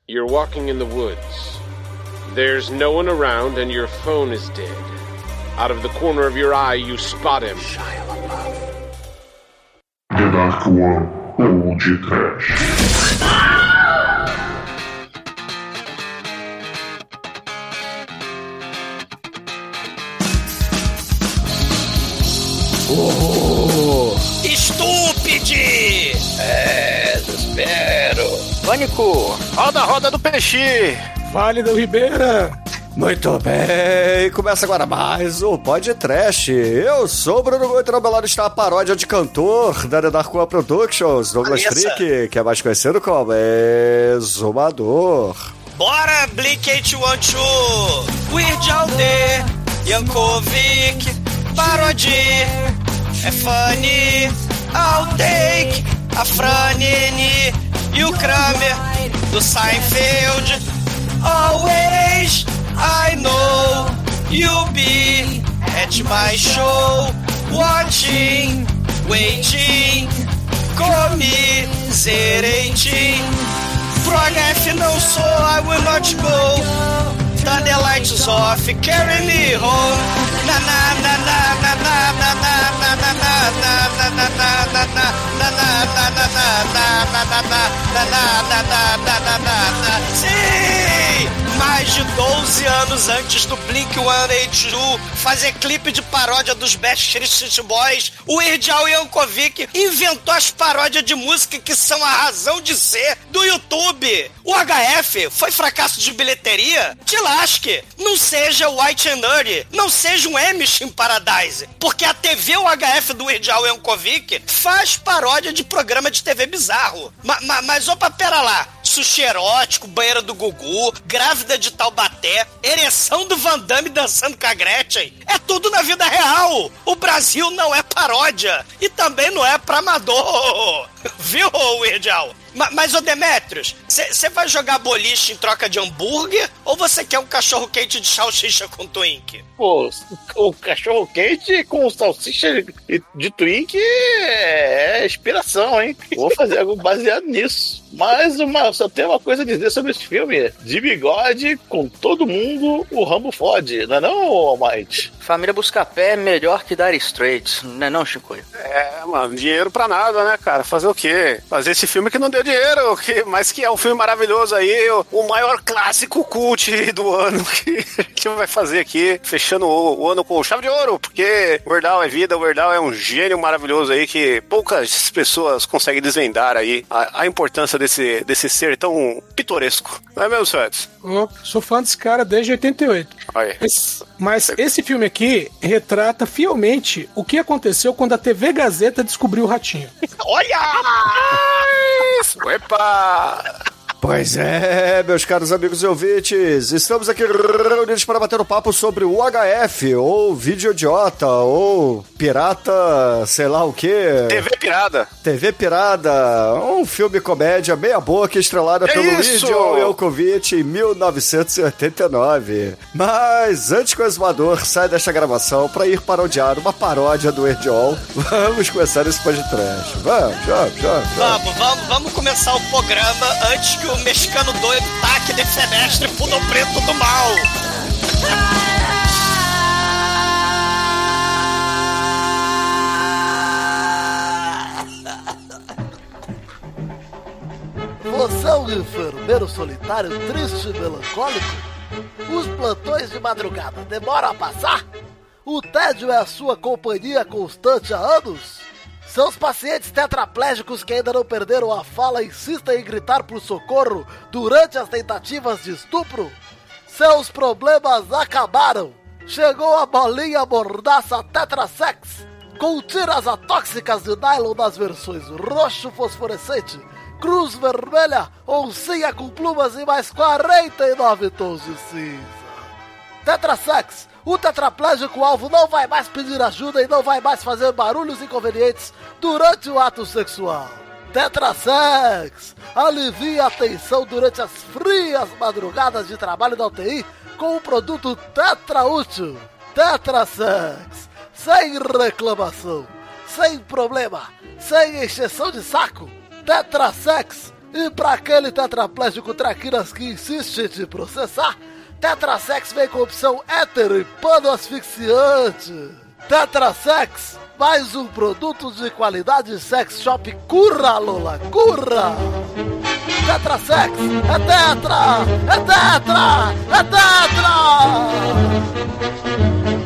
You're walking in the woods. There's no one around and your phone is dead. Out of the corner of your eye, you spot him. The Dark One, ou de Trash. Estúpide! Desespero! Pânico! Roda a roda do peixe! Vale do Ribeira! Muito bem, começa agora mais o Podcast. Eu sou o Bruno Goito, na Belado está a paródia de cantor da The Dark One Productions, Douglas Freak, que é mais conhecido como Exumador. Bora, Blink-182! Weird Al D, Yankovic, Parody, é funny, I'll take, a Franini e o Kramer do Seinfeld. Always I know you'll be at my show, watching, waiting, commiserating. Pro HF não sou, I will not go. Turn the lights off, carry me home. Na na na na na na na na na na na na na na. Sim! Mais de 12 anos antes do Blink-182 fazer clipe de paródia dos Backstreet Boys, o Weird Al Yankovic inventou as paródias de música que são a razão de ser do YouTube. O HF foi fracasso de bilheteria? Te lasque! Não seja White and Nerdy, não seja um Amish in Paradise, porque a TV UHF do Weird Al Yankovic faz paródia de programa de TV bizarro. Mas opa, pera lá. Sushi erótico, banheira do Gugu, grávida de Taubaté, ereção do Van Damme dançando com a Gretchen. É tudo na vida real. O Brasil não é paródia. E também não é pra amador. Viu, Weird Al? Mas, ô Demetrius, você vai jogar boliche em troca de hambúrguer ou você quer um cachorro-quente de salsicha com Twink? Pô, o cachorro-quente com salsicha de Twink é inspiração, hein? Vou fazer algo baseado nisso. Mas só tem uma coisa a dizer sobre esse filme. De bigode, com todo mundo, o Rambo fode. Não é não, Almighty? Família Buscapé é melhor que Dire Straits, não é não, Chicoio? É, mano, dinheiro pra nada, né, cara? Fazer o quê? Fazer esse filme que não deu dinheiro, mas que é um filme maravilhoso aí, o maior clássico cult do ano que vai fazer aqui, fechando o ano com chave de ouro, porque o Weird Al é vida, o Weird Al é um gênio maravilhoso aí que poucas pessoas conseguem desvendar aí a importância desse ser tão pitoresco. Não é mesmo, Suedes? Sou fã desse cara desde 88. Mas esse filme aqui retrata fielmente o que aconteceu quando a TV Gazeta descobriu o Ratinho. Olha! Epa! Pois é, meus caros amigos e ouvintes, estamos aqui reunidos para bater um papo sobre o UHF, ou Vídeo Idiota, ou Pirata, sei lá o quê. TV Pirada, um filme comédia meia boca estrelada pelo Weird Al Yankovic em 1989. Mas antes que o Exumador saia desta gravação para ir parodiar uma paródia do Weird Al, vamos começar esse podcast. Vamos começar o programa antes que o mexicano doido taque de fenestre fundo preto do mal. Você é um enfermeiro solitário, triste e melancólico? Os plantões de madrugada demoram a passar? O tédio é a sua companhia constante há anos? Seus pacientes tetraplégicos que ainda não perderam a fala insistem em gritar por socorro durante as tentativas de estupro? Seus problemas acabaram! Chegou a bolinha mordaça Tetrasex, com tiras atóxicas de nylon nas versões roxo fosforescente, cruz vermelha, oncinha com plumas e mais 49 tons de cinza. Tetrasex, o tetraplégico alvo não vai mais pedir ajuda e não vai mais fazer barulhos inconvenientes durante o ato sexual. Tetrasex, alivia a tensão durante as frias madrugadas de trabalho da UTI com o produto Tetra Útil. Tetrasex, sem reclamação, sem problema, sem encheção de saco. Tetrasex, E pra aquele tetraplégico traquinas que insiste em te processar, Tetrasex vem com opção hétero e pano asfixiante. Tetrasex, mais um produto de qualidade sex shop. Curra, Lola, curra! Tetrasex, é tetra! É tetra! É tetra!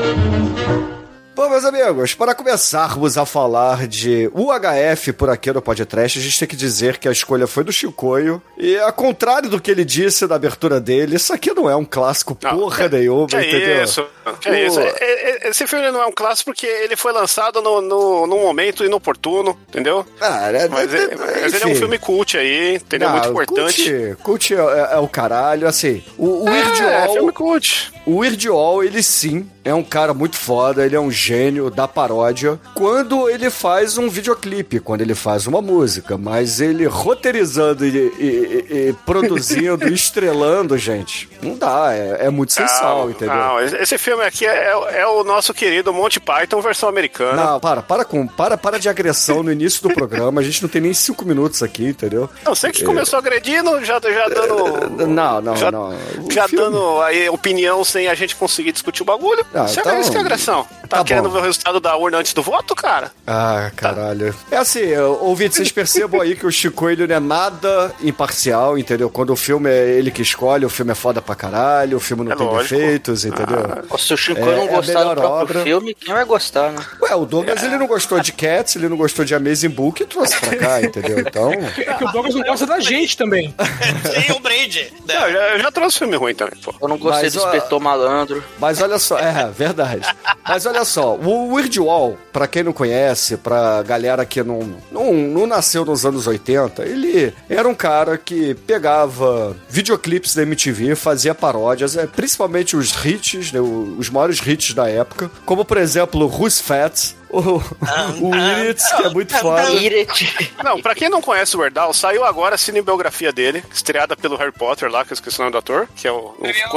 Bom, meus amigos, para começarmos a falar de UHF por aqui no podcast, a gente tem que dizer que a escolha foi do Chicoio. E, ao contrário do que ele disse na abertura dele, isso aqui não é um clássico porra nenhuma, entendeu? Isso? Esse filme não é um clássico porque ele foi lançado num momento inoportuno, entendeu? Mas ele é um filme cult aí, entendeu? Muito importante. Cult é o caralho, assim. O Weird Al... É filme cult. O Weird Al, ele sim, é um cara muito foda, ele é um gênio da paródia quando ele faz um videoclipe, quando ele faz uma música, mas ele roteirizando e produzindo, estrelando, gente, não dá, é muito sensual, entendeu? Não, esse filme aqui é o nosso querido Monty Python versão americana. Não, para de agressão no início do programa, a gente não tem nem 5 minutos aqui, entendeu? Não, você que começou agredindo, já dando... Não. Já dando aí opinião sem a gente conseguir discutir o bagulho. Isso que é agressão. Tá querendo ver o resultado da urna antes do voto, cara? Ah, caralho. É assim, ouvinte, vocês percebam aí que o Chico, ele não é nada imparcial, entendeu? Quando o filme é ele que escolhe, o filme é foda pra caralho, o filme não tem defeitos, entendeu? Se o Chico não gostar do próprio filme, quem vai gostar, né? Ué, o Douglas, ele não gostou de Cats, ele não gostou de Amazing Book e trouxe pra cá, entendeu? Então... É que o Douglas não gosta da gente também. Sim, o Brady. Eu já trouxe filme ruim também, pô. Eu não gostei do Inspetor Malandro. Mas olha só, verdade. Mas olha só, o Weird Al, pra quem não conhece, pra galera que não nasceu nos anos 80, ele era um cara que pegava videoclipes da MTV, fazia paródias, principalmente os hits, né, os maiores hits da época, como por exemplo Who's Fat, o Irit, que é muito foda. Não, pra quem não conhece o Weird Al, saiu agora a cinebiografia dele, estreada pelo Harry Potter lá, que eu esqueci o nome do ator, que é o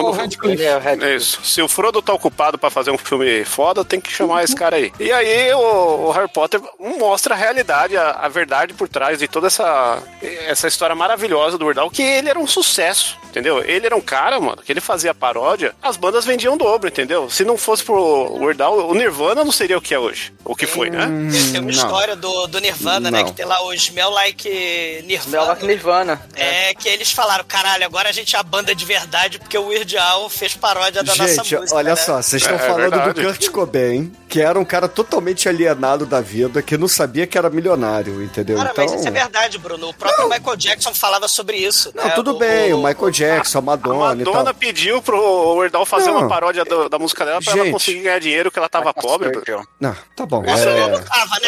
isso. Se o Frodo tá ocupado pra fazer um filme foda, tem que chamar esse cara aí. E aí o Harry Potter mostra a realidade, a verdade por trás de toda essa história maravilhosa do Weird Al, que ele era um sucesso, entendeu? Ele era um cara, mano, que ele fazia paródia, as bandas vendiam o dobro, entendeu? Se não fosse pro Weird Al, o Nirvana não seria o que é hoje. O que foi, né? Tem uma história do Nirvana, né? Que tem lá o Smell Like Nirvana. Smell Like Nirvana. Que eles falaram, caralho, agora a gente é a banda de verdade porque o Weird Al fez paródia da nossa música. Gente, olha só, vocês estão falando do Kurt Cobain, que era um cara totalmente alienado da vida, que não sabia que era milionário, entendeu? Cara, mas isso é verdade, Bruno. O próprio Michael Jackson falava sobre isso. Não, tudo bem, o Michael Jackson, a Madonna e tal. A Madonna pediu pro Weird Al fazer uma paródia da música dela pra ela conseguir ganhar dinheiro, que ela tava pobre. Não, tá bom. Você não tava,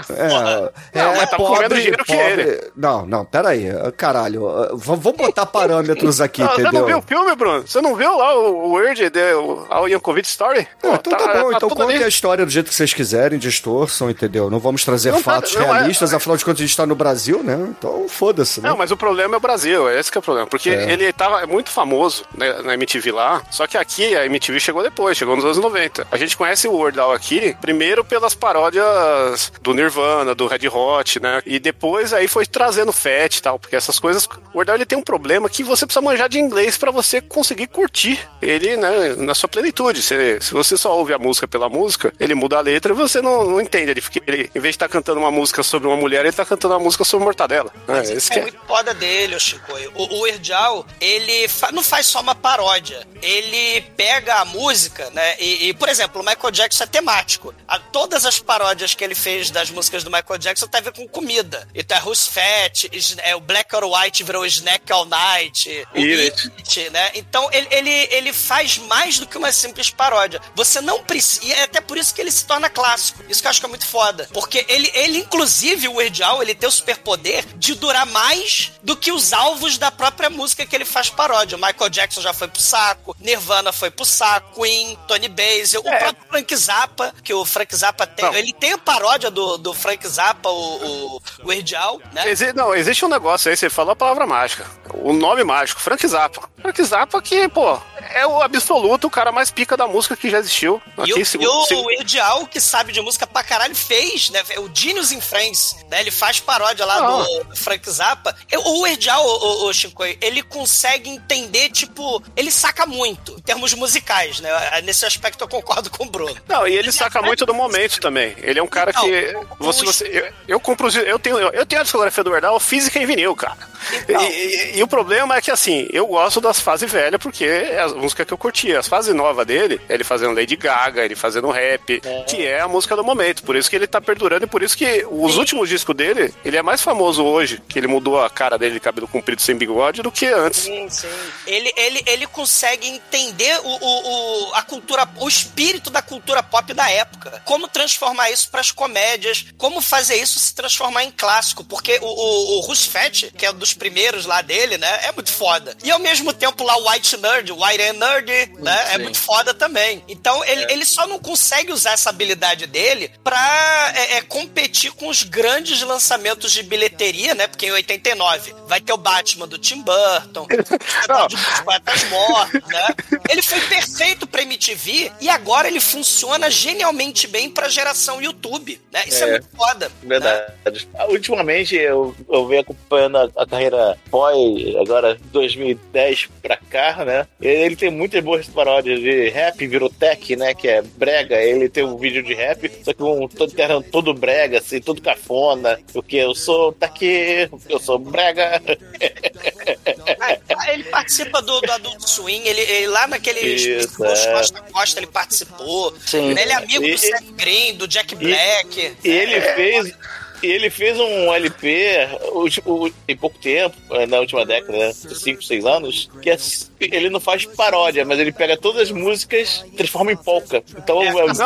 né? Mas tá comendo dinheiro que ele. Não, peraí. Caralho, vamos botar parâmetros aqui, entendeu? Você não viu o filme, Bruno? Você não viu lá o Weird, o Yankovic Story? Então tá bom, então contem a história do jeito que vocês quiserem, distorçam, entendeu? Não vamos trazer fatos realistas, afinal de contas a gente tá no Brasil, né? Então foda-se, né? Não, mas o problema é o Brasil, esse que é o problema. Porque ele tava muito famoso, né, na MTV lá, só que aqui a MTV chegou depois, chegou nos anos 90. A gente conhece o Weird Al aqui, primeiro pelas paródias do Nirvana, do Red Hot, né? E depois aí foi trazendo Fat e tal, porque essas coisas, o Weird Al, ele tem um problema que você precisa manjar de inglês pra você conseguir curtir ele, né, na sua plenitude. Se você só ouve a música pela música, ele muda a letra e você não entende. Ele, em vez de estar cantando uma música sobre uma mulher, ele tá cantando uma música sobre mortadela. Mas isso é muito foda dele, o Chico. O Weird Al, ele não faz só uma paródia. Ele pega a música, né? E por exemplo, o Michael Jackson é temático. Todas as paródias que ele fez das músicas do Michael Jackson tem a ver com comida. Então é Who's Fat, o Black or White virou Snack All Night, o It, né? Então ele faz mais do que uma simples paródia. Você não precisa... E é até por isso que ele se torna clássico. Isso que eu acho que é muito foda. Porque ele inclusive, o Weird Al, ele tem o superpoder de durar mais do que os alvos da própria música que ele faz paródia. O Michael Jackson já foi pro saco, Nirvana foi pro saco, Queen, Tony Basil, o próprio Frank Zappa, que o Frank Zappa tem... Ele tem a paródia do Frank Zappa, o Weird Al, né? Existe um negócio aí, você falou a palavra mágica. O nome mágico, Frank Zappa. Frank Zappa que, pô, é o absoluto, o cara mais pica da música que já existiu. E o Weird Al, que sabe de música pra caralho, fez, né? O Genius in Friends, né? Ele faz paródia lá do Frank Zappa. O Weird Al, o Chico, ele consegue entender, tipo, ele saca muito em termos musicais, né? Nesse aspecto eu concordo com o Bruno. Não, e ele saca muito do momento também. Ele é um cara que... Eu tenho a discografia do Weird Al física em vinil, cara. Então. E o problema é que, assim, eu gosto das fases velhas porque é a música que eu curtia. As fases novas dele, ele fazendo Lady Gaga, ele fazendo rap, que é a música do momento. Por isso que ele tá perdurando e por isso que os últimos discos dele, ele é mais famoso hoje, que ele mudou a cara dele de cabelo comprido sem bigode, do que antes. Sim. Ele consegue entender a cultura, o espírito da cultura pop da época. Como transformar isso pras comédias, como fazer isso se transformar em clássico. Porque o Russ Fett, que é um dos primeiros lá dele, né, é muito foda. E ao mesmo tempo lá o White and Nerd, né, é muito foda também. Então ele só não consegue usar essa habilidade dele pra competir com os grandes lançamentos de bilheteria, né, porque em 89 vai ter o Batman do Tim Burton, os Poetas Mortos, né. Ele foi perfeito pra MTV e agora ele funciona genialmente bem pra geração YouTube, né, isso é muito foda. Verdade. Né? Ultimamente eu venho acompanhando a carreira pós, agora 2010 pra cá, né? Ele tem muitas boas paródias de rap, virou tech, né? Que é brega. Ele tem um vídeo de rap, só que todo brega, assim, todo cafona. Porque eu sou tech, eu sou brega. Ele participa do Adult Swing, ele lá naquele Costa a Costa ele participou. Sim. Ele é amigo do Seth Green, do Jack Black. E ele fez um LP em pouco tempo, na última década, né? 5, 6 anos, que ele não faz paródia, mas ele pega todas as músicas e transforma em polka. Então,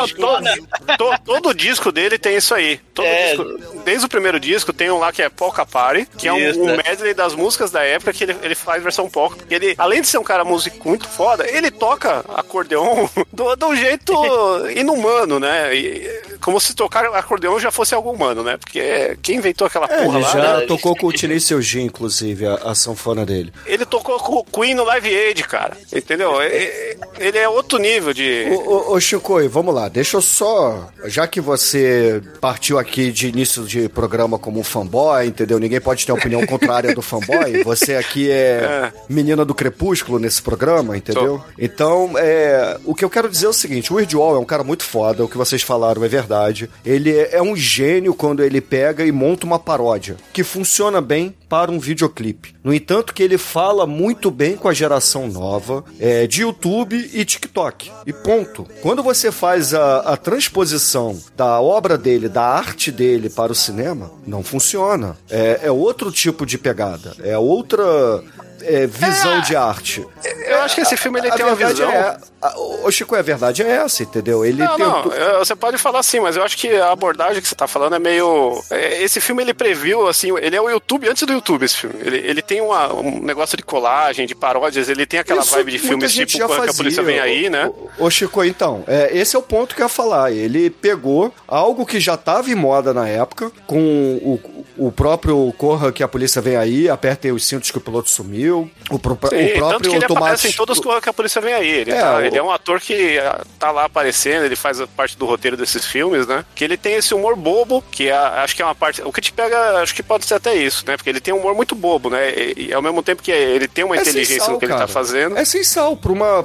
todo disco dele tem isso aí. Desde o primeiro disco tem um lá que é Polka Party, que é um medley das músicas da época que ele faz versão polka. Porque ele, além de ser um cara músico muito foda, ele toca acordeon de um jeito inumano, né? Como se tocar acordeon já fosse algo humano, né? Porque quem inventou aquela porra ele lá... Ele já tocou com o Tenacious D, inclusive, a sanfona dele. Ele tocou com o Queen no Live Aid, cara. Entendeu? Ele é outro nível de... Ô Chico, vamos lá. Deixa eu só... Já que você partiu aqui de início de programa como um fanboy, entendeu? Ninguém pode ter opinião contrária do fanboy. Você aqui é menina do crepúsculo nesse programa, entendeu? Então, o que eu quero dizer é o seguinte. O Weird Al é um cara muito foda. O que vocês falaram é verdade. Ele é um gênio quando ele pega e monta uma paródia que funciona bem para um videoclipe. No entanto, que ele fala muito bem com a geração nova de YouTube e TikTok. E ponto. Quando você faz a transposição da obra dele, da arte dele para o cinema, não funciona. É outro tipo de pegada. É outra... visão de arte. Eu acho que esse filme ele tem uma visão... Ô Chico, a verdade é essa, entendeu? Ele você pode falar assim, mas eu acho que a abordagem que você tá falando é meio... Esse filme ele previu, assim, ele é o YouTube antes do YouTube, esse filme. Ele tem um negócio de colagem, de paródias, ele tem aquela vibe de filmes tipo que a polícia vem aí, né? Ô Chico, então, esse é o ponto que eu ia falar. Ele pegou algo que já tava em moda na época, com o próprio Corra que a polícia vem aí, apertem os cintos que o piloto sumiu, o próprio tanto que ele aparece em todos que a polícia vem aí. Ele é um ator que tá lá aparecendo, ele faz parte do roteiro desses filmes, né? Que ele tem esse humor bobo, que acho que é uma parte... O que te pega, acho que pode ser até isso, né? Porque ele tem um humor muito bobo, né? E ao mesmo tempo que ele tem uma inteligência no que ele tá fazendo. É essencial pra uma...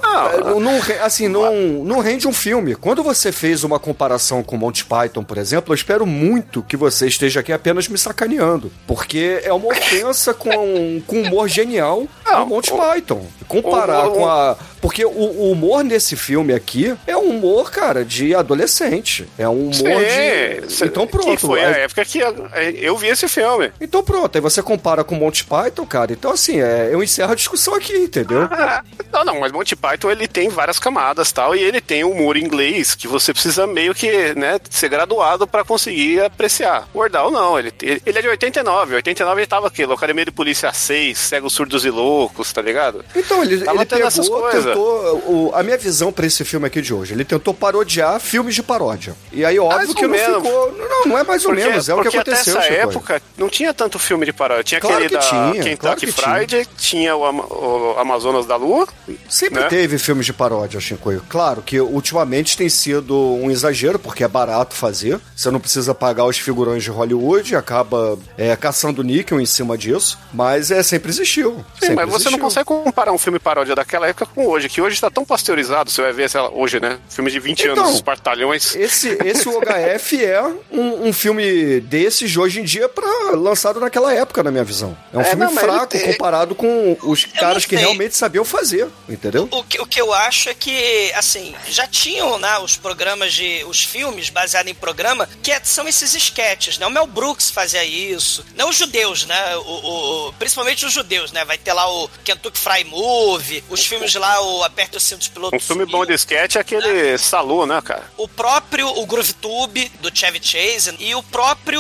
Não rende um filme. Quando você fez uma comparação com Monty Python, por exemplo, eu espero muito que você esteja aqui apenas me sacaneando. Porque é uma ofensa com humor genial do Monty Python. Comparar com a... Porque o humor nesse filme aqui é um humor, cara, de adolescente. É um humor de... Então pronto. Que foi a época que eu vi esse filme. Então pronto. Aí você compara com Monty Python, cara. Então assim, eu encerro a discussão aqui, entendeu? Não, mas Monty Python ele tem várias camadas tal, e ele tem humor inglês que você precisa meio que, né, ser graduado pra conseguir apreciar. O Weird Al não. Ele Ele é de 89. 89 ele tava aqui, Academia de Polícia 6, Cegos, Surdos e Loucos, tá ligado? Então, ele tentou... A minha visão pra esse filme aqui de hoje, ele tentou parodiar filmes de paródia. E aí, óbvio que não ficou... Não é mais ou menos, é o que aconteceu. Porque até essa época não tinha tanto filme de paródia. Tinha aquele da Kentucky Friday, tinha o Amazonas da Lua. Sempre teve filmes de paródia, Chicoio. Claro que ultimamente tem sido um exagero, porque é barato fazer. Você não precisa pagar os figurões de Hollywood, acaba caçando níquel em cima disso. Mas sempre existiu. Sim, mas você não consegue comparar um filme paródia daquela época com hoje, que hoje está tão pasteurizado, você vai ver hoje, né? Filme de 20 anos, os Partalhões. Esse UHF é um filme desses de hoje em dia lançado naquela época, na minha visão. É um filme fraco comparado com os caras que realmente sabiam fazer, entendeu? O que eu acho é que, assim, já tinham, né, os filmes baseados em programa, que são esses esquetes, né? O Mel Brooks fazia isso. Não os judeus, né? Principalmente os judeus, né? Vai ter lá o Kentucky Fried Movie, os filmes lá, o Aperta o Cinto dos Pilotos. Um filme bom de esquete é aquele Salu, né, cara? O próprio Groove Tube, do Chevy Chase, e o próprio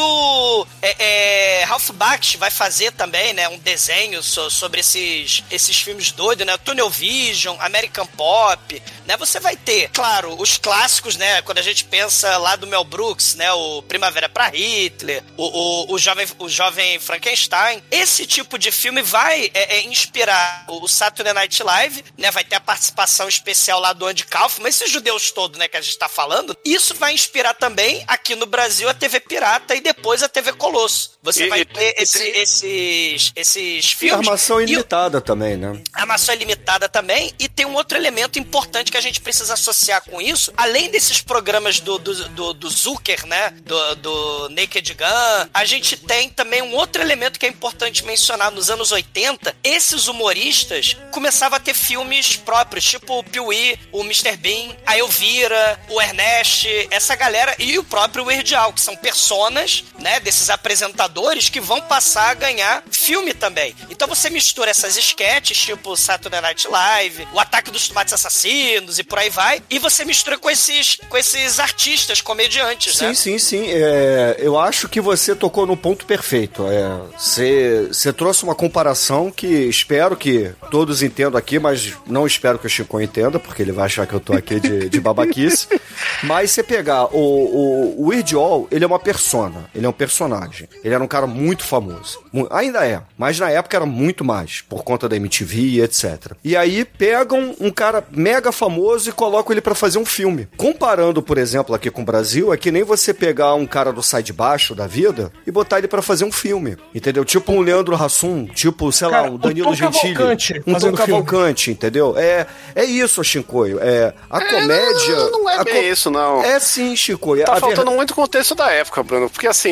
Ralph Bakshi vai fazer também, né? Um desenho sobre esses filmes doidos, né? Tunnel Vision, American Pop, né? Você vai ter, claro, os clássicos, né? Quando a gente pensa lá do Mel Brooks, né? O Primavera pra Hitler, o jovem Frankenstein. Esse tipo de filme vai inspirar o Saturday Night Live, né? Vai ter a participação especial lá do Andy Kaufman, esses judeus todos, né? Que a gente tá falando. Isso vai inspirar também aqui no Brasil a TV Pirata e depois a TV Colosso. Você vai ter esses filmes. Armação ilimitada também, né? Armação ilimitada também. E tem um outro elemento importante que a gente precisa associar com isso. Além desses programas do Zucker, né? Do Naked Gun, a gente tem também um outro elemento que é importante mencionar. Nos anos 80, esses humoristas começavam a ter filmes próprios, tipo o Pee-wee, o Mr. Bean, a Elvira, o Ernest, essa galera, e o próprio Weird Al, que são personas, né, desses apresentadores que vão passar a ganhar filme também. Então você mistura essas esquetes, tipo Saturday Night Live, o Ataque dos Tomates Assassinos e por aí vai, e você mistura com esses artistas, comediantes, né? Sim. Eu acho que você tocou no ponto perfeito. Você trouxe uma comparação que espero que todos entendam aqui, mas não espero que o Chico entenda, porque ele vai achar que eu tô aqui de babaquice. Mas você pegar o Weird Al, ele é uma persona, ele é um personagem. Ele era um cara muito famoso. Ainda é, mas na época era muito mais, por conta da MTV e etc. E aí pegam um cara mega famoso e colocam ele pra fazer um filme. Comparando, por exemplo, aqui com o Brasil, é que nem você pegar um cara do Sai de Baixo da vida e botar ele pra fazer um filme, entendeu? Tipo um Leandro Hassum, tipo, sei lá, o Danilo Gentili. Um Tom Cavalcante, entendeu? É isso, Chicoio. A comédia... Não é bem isso, não. É sim, Chicoio. Tá faltando muito contexto da época, Bruno, porque assim...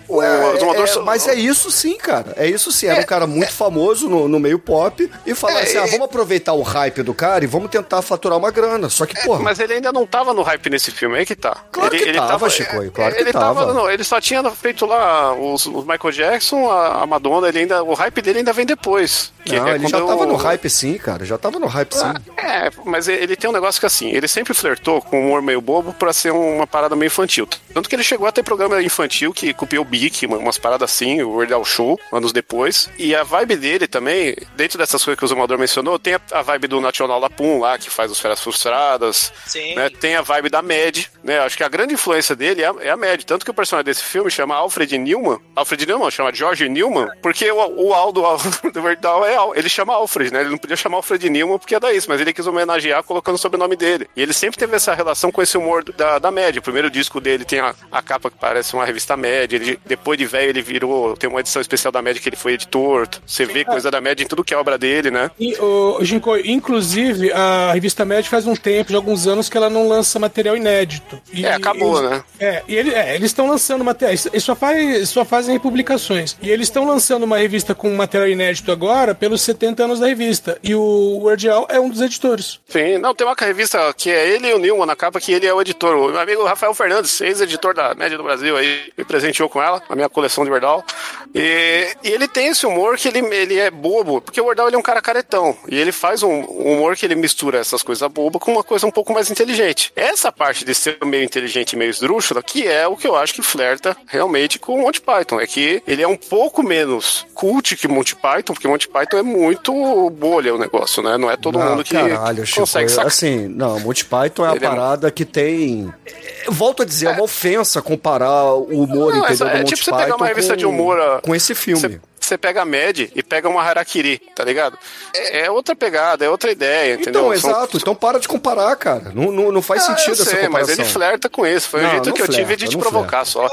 Mas é isso sim, cara. É isso sim. Era um cara muito famoso no meio pop e falar assim, vamos aproveitar o hype do cara e vamos tentar faturar uma grana. Só que, porra... Mas ele ainda não tava no hype nesse filme, aí que tá. Claro que tava, Chicoio. Claro que tava. Ele só tinha feito lá os Michael Jackson, a Madonna, o hype dele ainda vem depois. Ele já tava no hype sim, cara. Já tava no hype sim. Mas ele tem um negócio que assim, ele sempre flertou com um humor meio bobo pra ser uma parada meio infantil. Tanto que ele chegou a ter programa infantil que copiou o Bic, umas paradas assim, o Weird Al Show, anos depois. E a vibe dele também, dentro dessas coisas que o Zumador mencionou, tem a vibe do National Lapum lá, que faz os Feras Frustradas. Sim. Né? Tem a vibe da Mad, né? Acho que a grande influência dele é a Mad. Tanto que o personagem desse filme chama Alfred Newman. Chama George Newman, porque o Al do Weird Al é Al. Ele chama Alfred, né? Ele não podia chamar Alfred Newman porque é da isso, mas ele quis homenagear colocando o sobrenome dele. E ele sempre teve essa relação com esse humor da Mad. O primeiro disco dele tem a capa que parece uma revista Mad. Ele, depois de velho, ele virou... Tem uma edição especial da Mad que ele foi editor. Você vê coisa da Mad em tudo que é obra dele, né? E, Ginko, inclusive, a revista Mad faz um tempo, de alguns anos, que ela não lança material inédito. Acabou, né? Eles estão lançando material. Eles só fazem publicações. E eles estão lançando uma revista com material inédito agora, pelos 70 anos da revista. E o Weird Al é um dos editores. Sim, não, tem uma revista que é ele e o Newman na capa, que ele é o editor. O meu amigo Rafael Fernandes, ex-editor da Média do Brasil, aí me presenteou com ela, a minha coleção de Weird Al. E ele tem esse humor que ele é bobo, porque o Weird Al ele é um cara caretão. E ele faz um humor que ele mistura essas coisas bobas com uma coisa um pouco mais inteligente. Essa parte de ser meio inteligente e meio esdrúxula, que é o que eu acho que flerta realmente com o Monty Python. É que ele é um pouco menos cult que Monty Python, porque Monty Python é muito bolha o negócio, né? Não é todo mundo que consegue sacar. Assim, não, Monty Python é a parada que tem... Eu volto a dizer, é uma ofensa comparar o humor, entendeu, do Monty tipo você pegar uma revista de humor com esse filme. Você pega a Mad e pega uma Harakiri, tá ligado? É outra pegada, é outra ideia, entendeu? Então, exato. Então para de comparar, cara. Não faz sentido essa comparação. Mas ele flerta com isso. Foi o jeito que eu tive de te provocar só.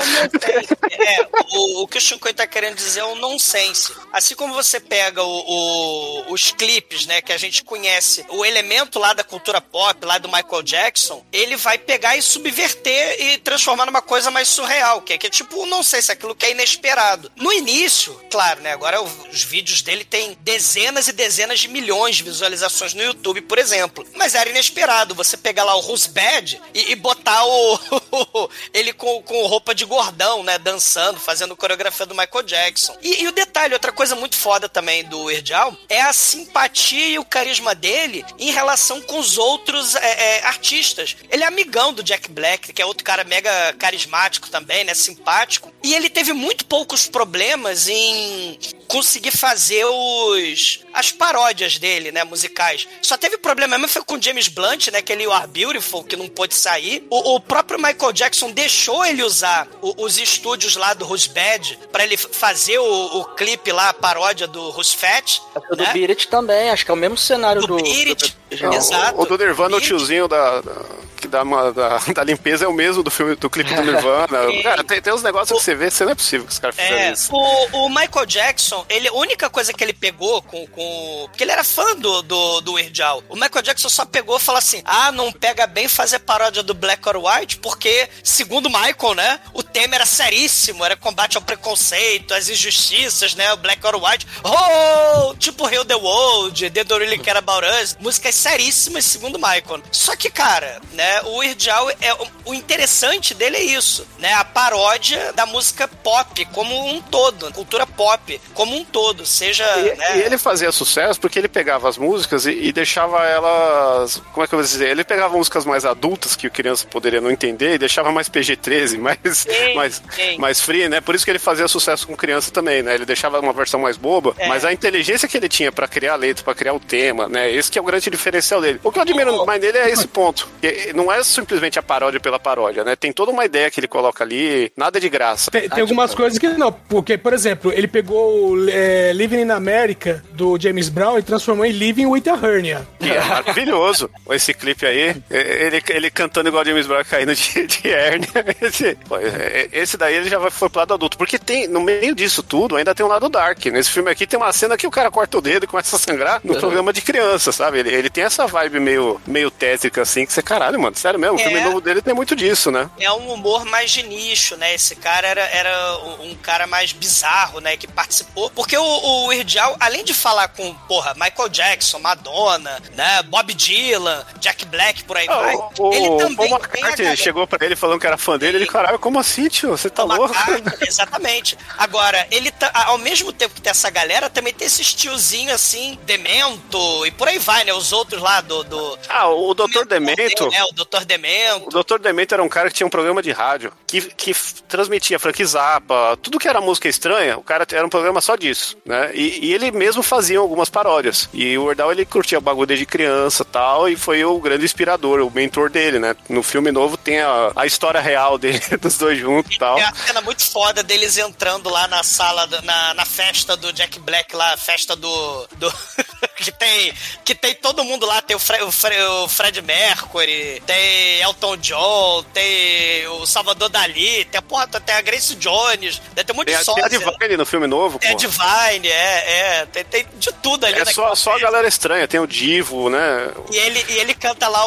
O que o Shinkoi tá querendo dizer é um nonsense. Assim como você pega os clipes, né, que a gente conhece, o elemento lá da cultura pop, lá do Michael Jackson, ele vai pegar e subverter e transformar numa coisa mais surreal, que é tipo, não sei se aquilo que é inesperado. No início, claro, né, agora os vídeos dele tem dezenas e dezenas de milhões de visualizações no YouTube, por exemplo. Mas era inesperado você pegar lá o Who's Bad e botar ele com roupa de gordão, né, dançando, fazendo coreografia do Michael Jackson. E o detalhe, outra coisa muito foda também do Weird Al é a simpatia e o carisma dele em relação com os outros artistas. Ele é amigão do Jack Black, que é outro cara mega carismático também, né, simpático. E ele teve muito poucos problemas em conseguir fazer as paródias dele, né, musicais. Só teve problema mesmo foi com James Blunt, né, aquele You Are Beautiful, que não pôde sair. O próprio Michael Jackson deixou ele usar os estúdios lá do Who's Bad pra ele fazer o clipe lá, a paródia do Who's Fat. O do Beat It também, acho que é o mesmo cenário do Beat It, exato. O do Nirvana, o tiozinho da limpeza é o mesmo do clipe do Nirvana. Cara, tem uns negócios que você vê, não é possível que os caras fizeram isso. O Michael Jackson, a única coisa que ele pegou porque ele era fã do Weird Al. O Michael Jackson só pegou e falou assim, não pega bem fazer paródia do Black or White, porque, segundo o Michael, né, o tema era seríssimo, era combate ao preconceito, às injustiças, né, o Black or White, tipo Heal the World, They Don't Really Care About Us, músicas seríssimas, segundo o Michael. Só que, cara, né, o Weird Al, o interessante dele é isso, né, a paródia da música pop como um todo, cultura pop como um todo, seja... E ele fazia sucesso porque ele pegava as músicas e deixava elas... Como é que eu vou dizer? Ele pegava músicas mais adultas que a criança poderia não entender e deixava mais PG-13, mais free, né? Por isso que ele fazia sucesso com criança também, né? Ele deixava uma versão mais boba, mas a inteligência que ele tinha pra criar a letra, pra criar o tema, né? Esse que é o grande diferencial dele. O que eu admiro mais dele é esse ponto. Não é simplesmente a paródia pela paródia, né? Tem toda uma ideia que ele coloca ali, nada de graça. Tem algumas coisas que não, porque, por exemplo, ele pegou Living in America, do James Brown, e transformou em Living with a Hernia. É maravilhoso. Esse clipe aí, ele cantando igual James Brown, caindo de hérnia. Esse daí ele já foi pro lado adulto. Porque tem, no meio disso tudo, ainda tem um lado dark. Nesse filme aqui tem uma cena que o cara corta o dedo e começa a sangrar no programa de criança, sabe? Ele tem essa vibe meio tétrica, assim, que você, caralho, mano, sério mesmo, o filme novo dele tem muito disso, né? É um humor mais de nicho, né? Esse cara era um cara mais bizarro, né? Que participou. Porque o Weird Al, além de falar com, Michael Jackson, Madonna, né? Bob Dylan, Jack Black, por aí vai. Ele também Paul McCartney chegou pra ele falando que era fã dele, ele, caralho, como assim, tio? Você tá louco? Exatamente. Agora, ele ao mesmo tempo que tem essa galera, também tem esse tiozinho assim, Demento, e por aí vai, né? Os outros lá o Dr. Demento. O Dr. Demento. O Dr. Demento era um cara que tinha um programa de rádio que transmitia Frank Zappa, tudo que era música estranha, o cara era um programa só disso, né? E ele mesmo fazia algumas paródias. E o Weird Al, ele curtia o bagulho desde criança e tal, e foi o grande inspirador, o mentor dele, né? No filme novo tem a história real dele, dos dois juntos e tal. É uma cena muito foda deles entrando lá na sala, na festa do Jack Black lá, a festa do que tem que tem todo mundo lá, tem o Fred Mercury, tem Elton John, tem o Salvador Dali, tem a Grace Jones, tem um monte de sócio. Tem a Divine no filme novo, pô. É Divine, tem de tudo ali. É só a galera estranha, tem o Divo, né? E ele canta lá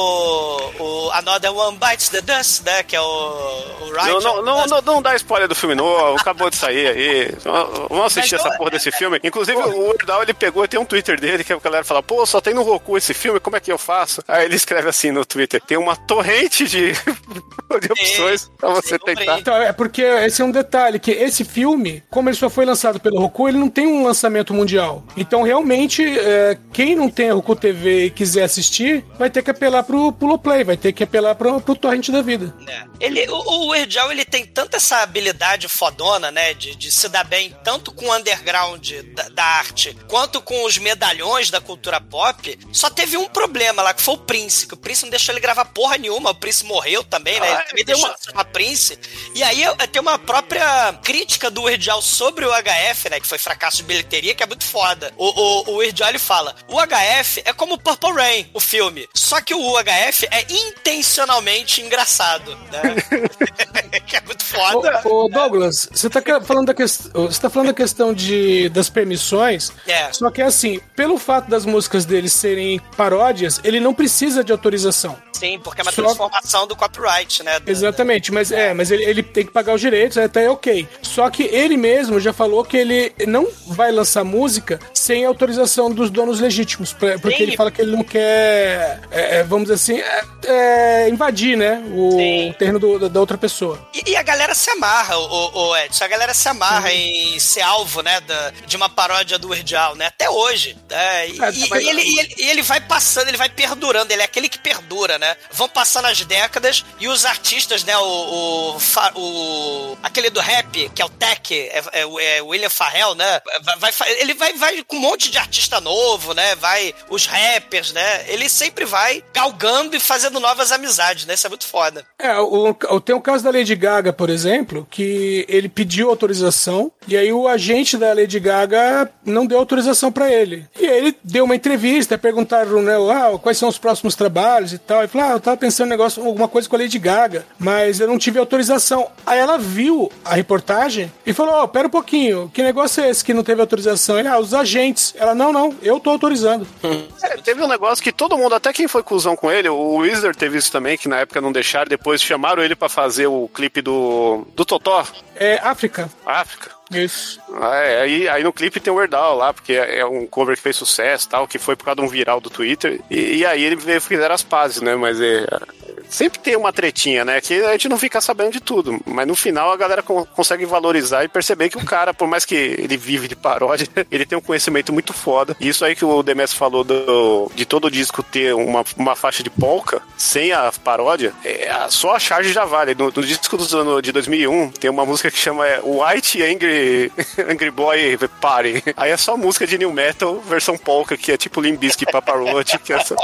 o Another One Bites the Dust, né? Que é o Ryan. Não dá spoiler do filme novo, acabou de sair aí. Vamos assistir essa porra desse filme. Inclusive, o Weird Al, ele pegou, tem um Twitter dele, que a galera fala, pô, só tem no Roku esse filme, como é que eu faço? Aí ele escreve assim no Twitter, tem uma torrente de opções pra você tentar. Então, é porque esse é um detalhe, que esse filme, como ele só foi lançado pelo Roku, ele não tem um lançamento mundial. Então, realmente, quem não tem a Roku TV e quiser assistir, vai ter que apelar pro Puloplay, vai ter que apelar pro torrent da vida. O Weird Al, ele tem tanta essa habilidade fodona, né, de se dar bem tanto com o underground da arte, quanto com os medalhões da cultura pop. Só teve um problema lá, que foi o Prince, que o Prince não deixou ele gravar porra nenhuma, o Prince morreu também, né, ele também deixou de chamar Prince. E aí tem uma própria crítica do Weird Al sobre o HF, né, que foi fracasso de bilheteria, que é muito foda. O Weird Al, ele fala, o HF é como Purple Rain, o filme, só que o HF é intencionalmente engraçado, né? Que é muito foda. Ô Douglas, você tá falando da questão das permissões, só que assim, pelo fato das músicas dele serem paródias, ele não precisa de autorização. Sim, porque é uma transformação do copyright, né? Exatamente, mas ele tem que pagar os direitos, até ok. Só que ele mesmo já falou que ele não vai lançar música sem autorização dos donos legítimos, porque ele fala que ele não quer, vamos dizer assim, invadir, né, o terreno da outra pessoa. E a galera se amarra, o Edson, a galera se amarra em ser alvo, né, de uma paródia do Weird Al, né, até hoje. Né? E ele vai passando, ele vai perdurando, ele é aquele que perdura, né? Vão passando as décadas e os artistas, né, aquele do rap, que é o Tech, o William Farrell, né, ele vai com um monte de artista novo, né, os rappers, né, ele sempre vai galgando e fazendo novas amizades, né, isso é muito foda. Tem o caso da Lady Gaga, por exemplo, que ele pediu autorização e aí o agente da Lady Gaga não deu autorização pra ele. E aí ele deu uma entrevista, perguntaram, né, quais são os próximos trabalhos e tal. Ele falou, eu tava pensando em alguma coisa com a Lady Gaga, mas eu não tive autorização. Aí ela viu a reportagem e falou, pera um pouquinho, que negócio é esse que não teve autorização? Ele, os agentes. Ela, não, eu tô autorizando. Teve um negócio que todo mundo, até quem foi cuzão com ele, o Wizard teve isso também, que na época não deixaram, depois chamaram ele pra fazer o clipe do Totó. África. Isso. Aí no clipe tem o Weird Al lá, porque é um cover que fez sucesso, tal, que foi por causa de um viral do Twitter, e aí ele fizeram as pazes, né, mas sempre tem uma tretinha, né, que a gente não fica sabendo de tudo, mas no final a galera consegue valorizar e perceber que o cara, por mais que ele vive de paródia, ele tem um conhecimento muito foda, e isso aí que o Demes falou de todo o disco ter uma faixa de polka, sem a paródia, só a charge já vale. No disco de 2001 tem uma música que chama White Angry Boy Party. Aí é só música de new metal, versão polka, que é tipo Limp Bizkit, Papa Roach, que é essa...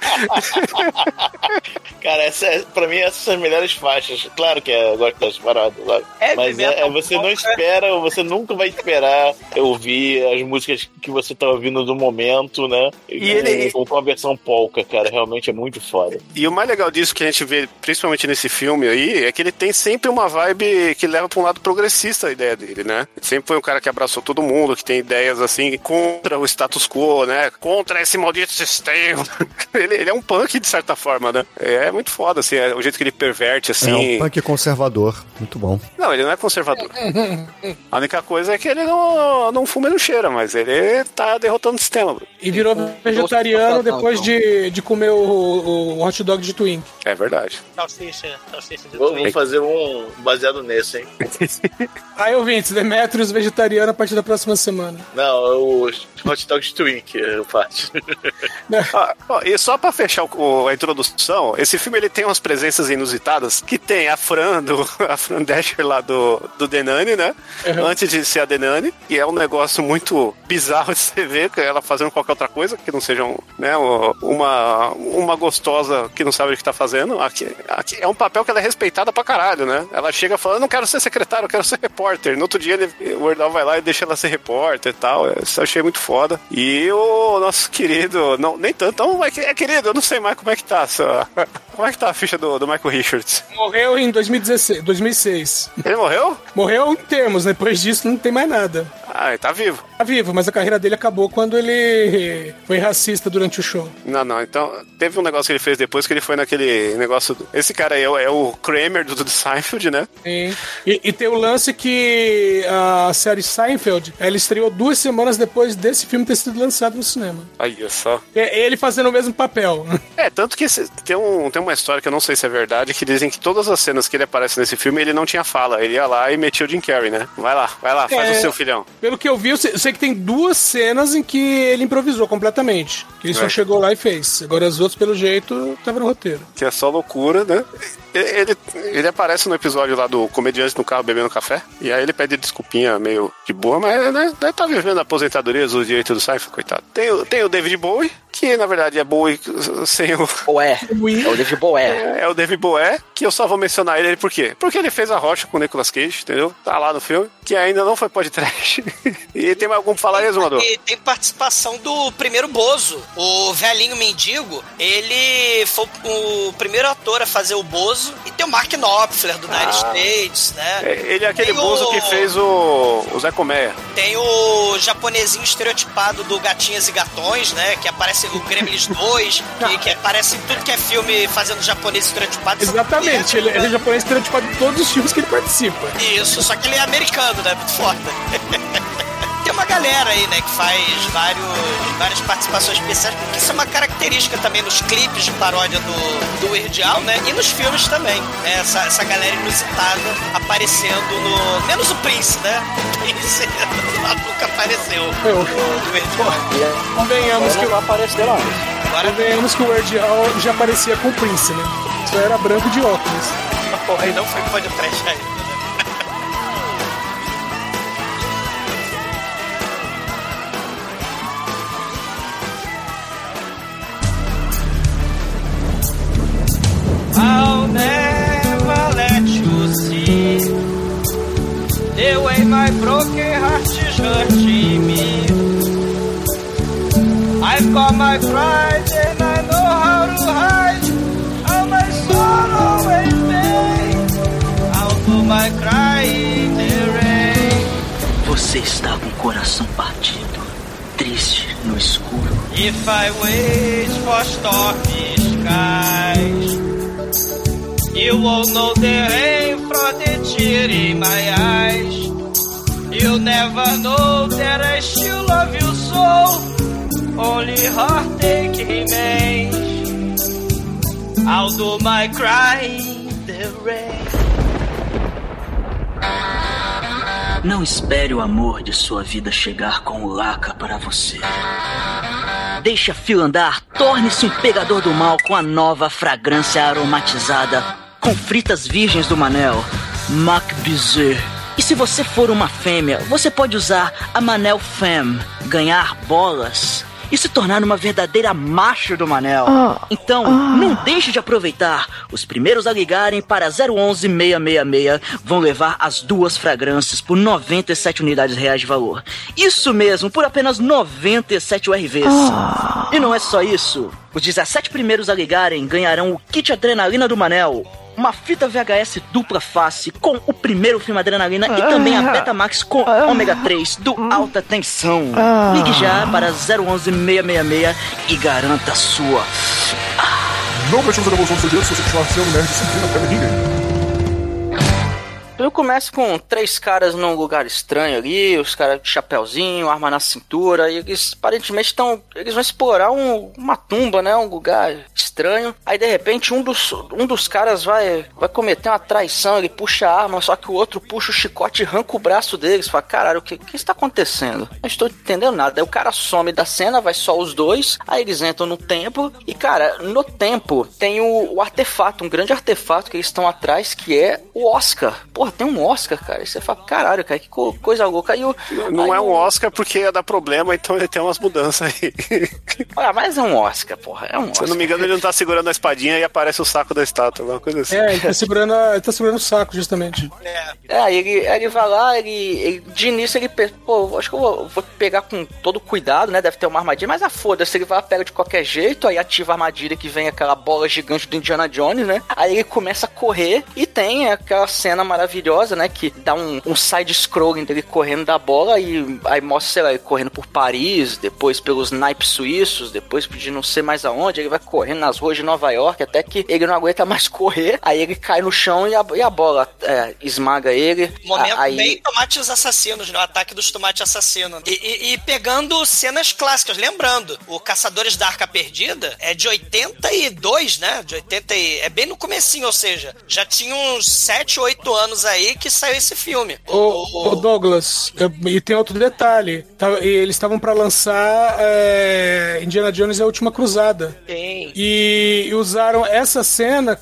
Cara, pra mim essas são as melhores faixas. Claro que eu gosto das paradas, mas você não espera, você nunca vai esperar ouvir as músicas que você tá ouvindo do momento, né? Com a versão polka, cara, realmente é muito foda. E o mais legal disso que a gente vê, principalmente nesse filme aí, é que ele tem sempre uma vibe que leva pra um lado progressista a ideia dele, né? Sempre foi um cara que abraçou todo mundo, que tem ideias assim contra o status quo, né? Contra esse maldito sistema. Ele é um punk de certa forma, né? É muito foda, assim, o jeito que ele perverte, assim. É um punk conservador, muito bom. Não, ele não é conservador. A única coisa é que ele não fuma e não cheira, mas ele tá derrotando o sistema. E virou vegetariano depois de comer o hot dog de Twink. É verdade. Salsicha de Vou fazer um baseado nesse, hein? Aí, ouvintes, Demetrius vegetariano a partir da próxima semana. Não, o hot dog de Twink eu faço. E só pra fechar a introdução, esse filme ele tem umas presenças inusitadas, que tem a Fran Drescher lá do Denani, né? Antes de ser a Denani, e é um negócio muito bizarro de você ver, ela fazendo qualquer outra coisa, que não seja uma gostosa que não sabe o que tá fazendo. Aqui é um papel que ela é respeitada pra caralho, né? Ela chega falando, eu não quero ser secretário, eu quero ser repórter. No outro dia o Weird Al vai lá e deixa ela ser repórter e tal. Isso eu achei muito foda. E o nosso querido, não, nem tanto, não, querido, eu não sei mais como é que tá como é que tá a ficha do Michael Richards? Morreu em 2006. Ele morreu? Morreu em termos, depois disso não tem mais nada. Ah, ele tá vivo. Tá vivo, mas a carreira dele acabou quando ele foi racista durante o show. Não, então teve um negócio que ele fez depois, que ele foi naquele negócio... Esse cara aí é o Kramer do Seinfeld, né? Sim. E tem o lance que a série Seinfeld, ela estreou 2 semanas depois desse filme ter sido lançado no cinema. Aí, só. É ele fazendo o mesmo papel. Tanto que tem uma história que eu não sei se é verdade, que dizem que todas as cenas que ele aparece nesse filme, ele não tinha fala. Ele ia lá e metia o Jim Carrey, né? Vai lá, faz o seu filhão. Pelo que eu vi, eu sei que tem 2 cenas em que ele improvisou completamente. Que ele só chegou lá e fez. Agora as outras, pelo jeito, estavam no roteiro. Que é só loucura, né? Ele aparece no episódio lá do comediante no carro bebendo café. E aí ele pede desculpinha meio de boa, mas né, deve estar vivendo a aposentadoria dos direitos do Seinfeld, coitado. Tem o David Bowie, que na verdade é Bowie sem o... É o David Bowie. É o David Bowie, que eu só vou mencionar ele por quê? Porque ele fez A Rocha com o Nicolas Cage, entendeu? Tá lá no filme, que ainda não foi podcast. E tem mais algum pra falar aí, Zumador? E tem participação do primeiro Bozo, o velhinho mendigo. Ele foi o primeiro ator a fazer o Bozo. E tem o Mark Knopfler, do Dire Straits, né? Ele é aquele Bozo que fez o Zé Colmeia. Tem o japonesinho estereotipado do Gatinhas e Gatões, né? Que aparece no Gremlins 2, que aparece em tudo que é filme fazendo japonês estereotipado. Exatamente, ele é japonês estereotipado em todos os filmes que ele participa. Isso, só que ele é americano, né? Muito foda. Tem uma galera aí, né, que faz várias participações especiais, porque isso é uma característica também nos clipes de paródia do Weird Al, né, e nos filmes também, né, essa galera inusitada aparecendo no... Menos o Prince, né, Prince nunca apareceu no Weird Al. Convenhamos que não apareceu lá. Convenhamos que o Weird Al já aparecia com o Prince, né, só era branco de óculos. Porra, aí não foi podcast aí. I'll never let you see the way my broken heart is hurting me. I've got my pride and I know how to hide how my sorrow and pain. I'll do my cry in the rain. Você está com o coração partido, triste no escuro. If I wait for stormy skies, you won't know the rain from the tear in my eyes. You'll never know that I still love you so. Only heartache remains. I'll do my cry in the rain. Não espere o amor de sua vida chegar com o laca para você. Deixe a fila andar, torne-se um pegador do mal com a nova fragrância aromatizada com fritas virgens do Manel, Mac Bizet. E se você for uma fêmea, você pode usar a Manel Femme, ganhar bolas e se tornar uma verdadeira macho do Manel. Então, não deixe de aproveitar. Os primeiros a ligarem para 011-666 vão levar as 2 fragrâncias por 97 unidades reais de valor. Isso mesmo, por apenas 97 URVs. E não é só isso. Os 17 primeiros a ligarem ganharão o kit Adrenalina do Manel, uma fita VHS dupla face com o primeiro filme Adrenalina e também a Betamax com ômega 3 do Alta Tensão. Ligue já para 011-666 e garanta a sua. Não prestamos a devolução do seu dinheiro se você continuar sendo nerd sem fim, não pega ninguém. Eu começo com 3 caras num lugar estranho ali, os caras de chapéuzinho, arma na cintura, e eles aparentemente eles vão explorar uma tumba, né, um lugar estranho. estranho. Aí, de repente, um dos caras vai cometer uma traição, ele puxa a arma, só que o outro puxa o chicote e arranca o braço deles. Fala, caralho, o que está acontecendo? Não estou entendendo nada. Aí o cara some da cena, vai só os dois, aí eles entram no templo, e, cara, no templo tem o artefato, um grande artefato que eles estão atrás, que é o Oscar. Porra, tem um Oscar, cara. E você fala, caralho, cara, que coisa louca. Aí não é um Oscar porque ia dar problema, então ele tem umas mudanças aí. Olha, mas é um Oscar, porra, é um Oscar. Se eu não me engano, ele não tá segurando a espadinha e aparece o saco da estátua, alguma coisa assim. Ele tá segurando o saco, justamente. Ele vai lá, ele de início ele pensa, pô, acho que eu vou pegar com todo cuidado, né, deve ter uma armadilha, mas foda-se, ele vai, pega de qualquer jeito, aí ativa a armadilha que vem aquela bola gigante do Indiana Jones, né, aí ele começa a correr e tem aquela cena maravilhosa, né, que dá um side-scrolling dele correndo da bola e aí mostra, sei lá, ele correndo por Paris, depois pelos naipes suíços, depois de não sei mais aonde, ele vai correndo nas ruas de Nova York, até que ele não aguenta mais correr, aí ele cai no chão e a bola esmaga ele. Momento bem Tomates Assassinos, né? O ataque dos tomates assassinos. E pegando cenas clássicas, lembrando, o Caçadores da Arca Perdida é de 82, né? É bem no comecinho, ou seja, já tinha uns 7, 8 anos aí que saiu esse filme. O Douglas, e tem outro detalhe, eles estavam pra lançar Indiana Jones e a Última Cruzada. Sim. E usaram essa cena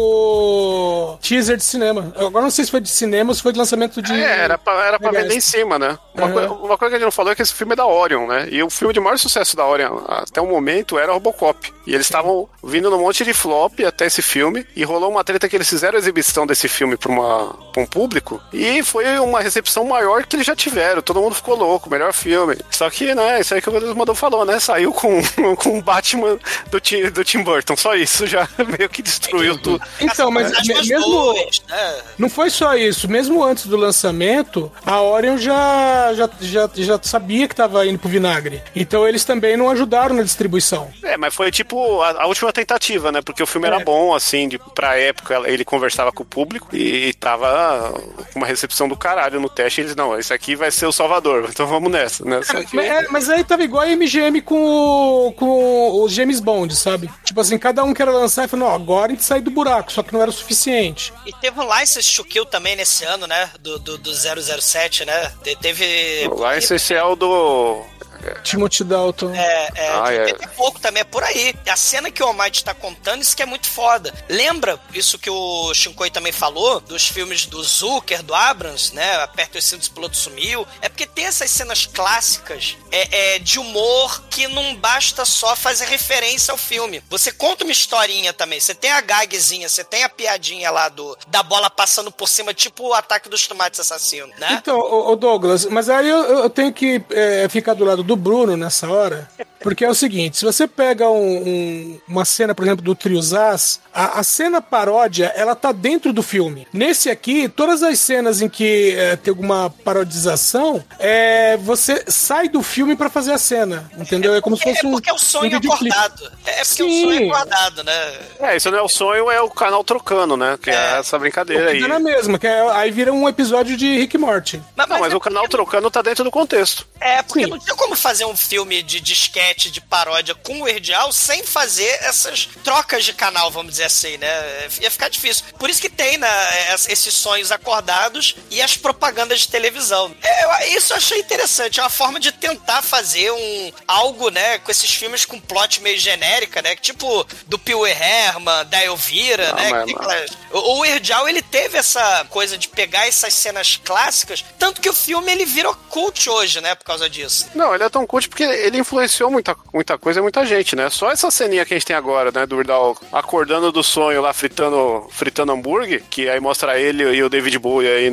como teaser de cinema. Agora não sei se foi de cinema ou se foi de lançamento de... Era pra vender em cima, né? Uma coisa que a gente não falou é que esse filme é da Orion, né? E o filme de maior sucesso da Orion até o momento era Robocop. E eles estavam vindo num monte de flop até esse filme, e rolou uma treta que eles fizeram a exibição desse filme pra um público, e foi uma recepção maior que eles já tiveram. Todo mundo ficou louco, melhor filme. Só que, né, isso aí que o Deus mandou falou, né? Saiu com o Batman do Tim Burton. Só isso já meio que destruiu tudo. Então, mas mesmo... Não foi só isso. Mesmo antes do lançamento, a Orion já sabia que tava indo pro vinagre. Então eles também não ajudaram na distribuição. Mas foi tipo a última tentativa, né? Porque o filme era bom, assim, pra época ele conversava com o público e tava com uma recepção do caralho no teste. E eles, não, esse aqui vai ser o Salvador, então vamos nessa, né? Mas aí tava igual a MGM com os James Bond, sabe? Tipo assim, cada um quer lançar e falou, não, agora a gente sai do buraco, só que não era o suficiente. E teve um License to Kill também nesse ano, né? Do 007, né? Teve... O License é o do... Timothy Dalton. De pouco também, é por aí. A cena que o Almighty tá contando, isso que é muito foda. Lembra isso que o Shinkoi também falou, dos filmes do Zucker, do Abrams, né? Aperta os cintos, o piloto sumiu. É porque tem essas cenas clássicas de humor que não basta só fazer referência ao filme. Você conta uma historinha também. Você tem a gagzinha, você tem a piadinha lá da bola passando por cima, tipo o Ataque dos Tomates Assassinos, né? Então, o Douglas, mas aí eu tenho que ficar do lado do Bruno nessa hora, porque é o seguinte, se você pega uma cena, por exemplo, do Trio Zaz, a cena paródia, ela tá dentro do filme. Nesse aqui, todas as cenas em que tem alguma parodização, você sai do filme pra fazer a cena, entendeu? É como se fosse porque é o sonho acordado. É porque o sonho é acordado, né? Isso não é o sonho, é o canal trocando, né? Que é essa brincadeira aí. É na mesma, aí vira um episódio de Rick e Morty. Mas o canal trocando tá dentro do contexto. Porque não tinha como fazer um filme de sketch, de paródia com o Weird Al sem fazer essas trocas de canal, vamos dizer assim, né? Ia ficar difícil. Por isso que tem, né, esses sonhos acordados e as propagandas de televisão. Isso eu achei interessante. É uma forma de tentar fazer algo, né, com esses filmes com plot meio genérica, né? Tipo do Pee Wee Herman, da Elvira, né? O Weird Al, ele teve essa coisa de pegar essas cenas clássicas, tanto que o filme ele virou cult hoje, né? Por causa disso. Não, ele é tão cult porque ele influenciou muita coisa e muita gente, né? Só essa ceninha que a gente tem agora, né? Do Weird Al acordando do sonho lá, fritando hambúrguer, que aí mostra ele e o David Bowie aí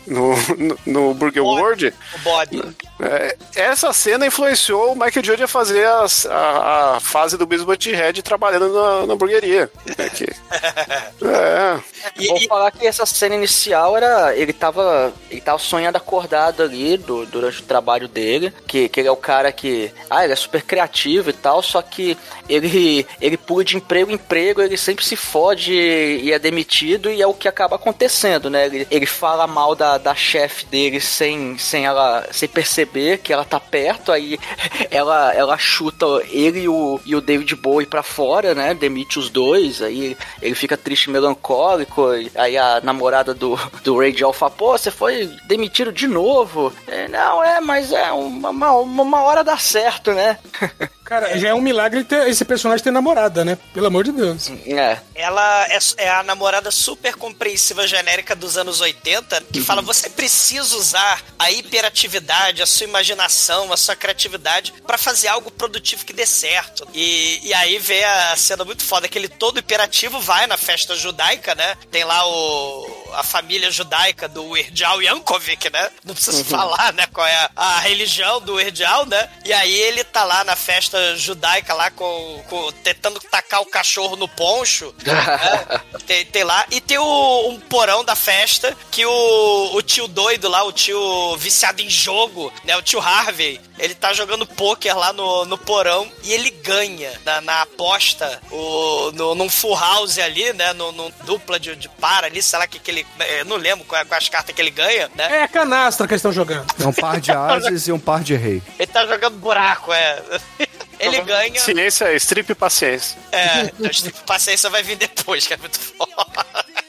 no Burger World. O body. Essa cena influenciou o Michael Jordan a fazer a fase do Biscuit Head trabalhando na hamburgueria. Vou falar que essa cena inicial era... Ele tava sonhando acordado ali durante o trabalho dele, que ele é o cara que... ele é super criativo e tal, só que ele pula de emprego em emprego, ele sempre se fode e é demitido, e é o que acaba acontecendo, né? Ele fala mal da chefe dele sem perceber que ela tá perto, aí ela chuta ele e o David Bowie pra fora, né? Demite os dois, aí ele fica triste e melancólico, aí a namorada do Ray Jal fala, pô, você foi demitido de novo. Mas uma hora dá certo, né? Cara, já é um milagre esse personagem ter namorada, né? Pelo amor de Deus. Ela é a namorada super compreensiva genérica dos anos 80, que fala, você precisa usar a hiperatividade, a sua imaginação, a sua criatividade pra fazer algo produtivo que dê certo. E aí vem a cena muito foda, que ele todo hiperativo vai na festa judaica, né? Tem lá a família judaica do Erdal Yankovic, né? Não preciso falar, né? Qual é a religião do Erdal, né? E aí ele tá lá na festa judaica lá tentando tacar o cachorro no poncho, né? tem lá, e tem um porão da festa que o tio doido lá, o tio viciado em jogo, né, o tio Harvey, ele tá jogando pôquer lá no porão e ele ganha na aposta num full house ali, né, num dupla de par ali, sei lá que ele, eu não lembro quais cartas que ele ganha, né? É a canastra que eles estão jogando. É um par de ases e um par de rei. Ele tá jogando buraco, Ele ganha... Ciência, strip e paciência. Strip e paciência vai vir depois, que é muito foda.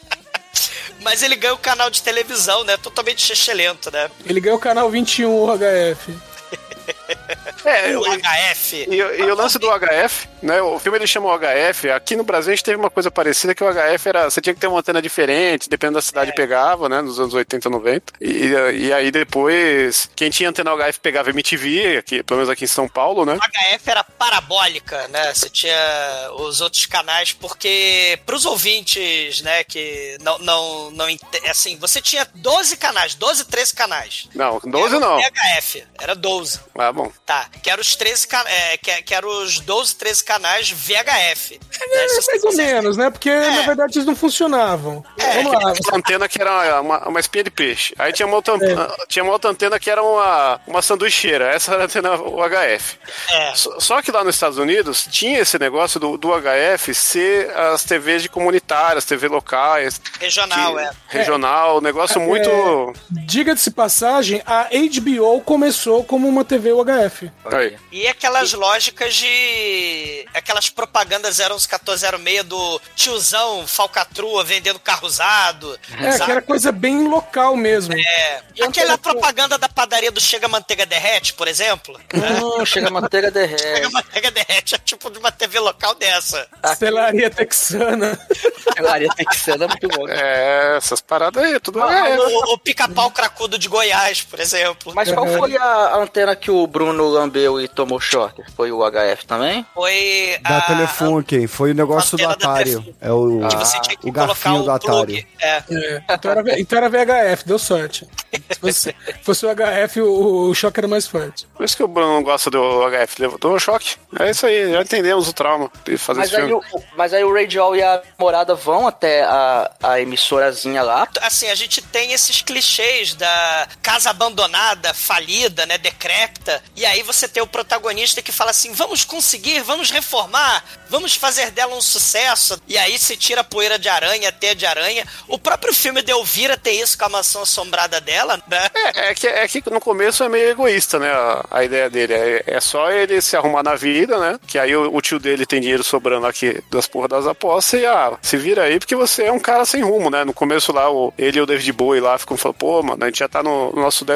Mas ele ganha o canal de televisão, né? Totalmente chechelento, né? Ele ganha o canal 21 UHF. O HF. E o lance do HF, né? O filme ele chama o HF. Aqui no Brasil a gente teve uma coisa parecida, que o HF era... Você tinha que ter uma antena diferente, dependendo da cidade pegava, né? Nos anos 80, 90. E aí depois, quem tinha antena HF pegava MTV, aqui, pelo menos aqui em São Paulo, né? O HF era parabólica, né? Você tinha os outros canais, porque pros ouvintes, né, que não assim, você tinha 12 canais, 12, 13 canais. Não, 12 não. VHF, era 12. Ah, bom. Tá, que eram os 13 que eram os 12, 13 canais VHF. Mais ou menos, né? Porque, na verdade, eles não funcionavam. Vamos lá. Uma antena que era uma espinha de peixe. Aí tinha uma outra antena que era uma sanduicheira. Essa era a antena UHF. Só que lá nos Estados Unidos tinha esse negócio do HF ser as TVs de comunitárias, TV locais. Regional, negócio muito... Diga-se passagem, a HBO começou como uma TV UHF. Aí. E aquelas lógicas de... Aquelas propagandas 01406 do tiozão falcatrua vendendo carro usado. Que era coisa bem local mesmo. Aquela propaganda da padaria do Chega Manteiga Derrete, por exemplo. Chega Manteiga Derrete. Chega Manteiga Derrete é tipo de uma TV local dessa. Celaria Texana. Celaria Texana é muito bom. Essas paradas aí, tudo o pica-pau cracudo de Goiás, por exemplo. Mas qual foi a antena que o Bruno lambeu e tomou choque? Foi o HF também? Foi da Telefone, foi o negócio do Atari. É o, que você tinha que o garfinho do Atari. Então era VHF, deu sorte. Se fosse o HF, o choque era mais forte. Por isso que o Bruno não gosta do HF, levantou um choque. É isso aí, já entendemos o trauma de fazer esse filme. Mas aí o Ray Jal e a namorada vão até a emissorazinha lá. Assim, a gente tem esses clichês da casa abandonada, falida, né, decrépita, e aí você tem o protagonista que fala assim, vamos conseguir, vamos reformar, vamos fazer dela um sucesso, e aí se tira a poeira de aranha, teia de aranha. O próprio filme de Elvira tem isso com a mansão assombrada dela, né? É que no começo é meio egoísta, né, a ideia dele, é só ele se arrumar na vida, né, que aí o tio dele tem dinheiro sobrando aqui das porras das apostas, e se vira aí porque você é um cara sem rumo, né, no começo lá, ele e o David Bowie lá ficam falando, pô, mano, a gente já tá no nosso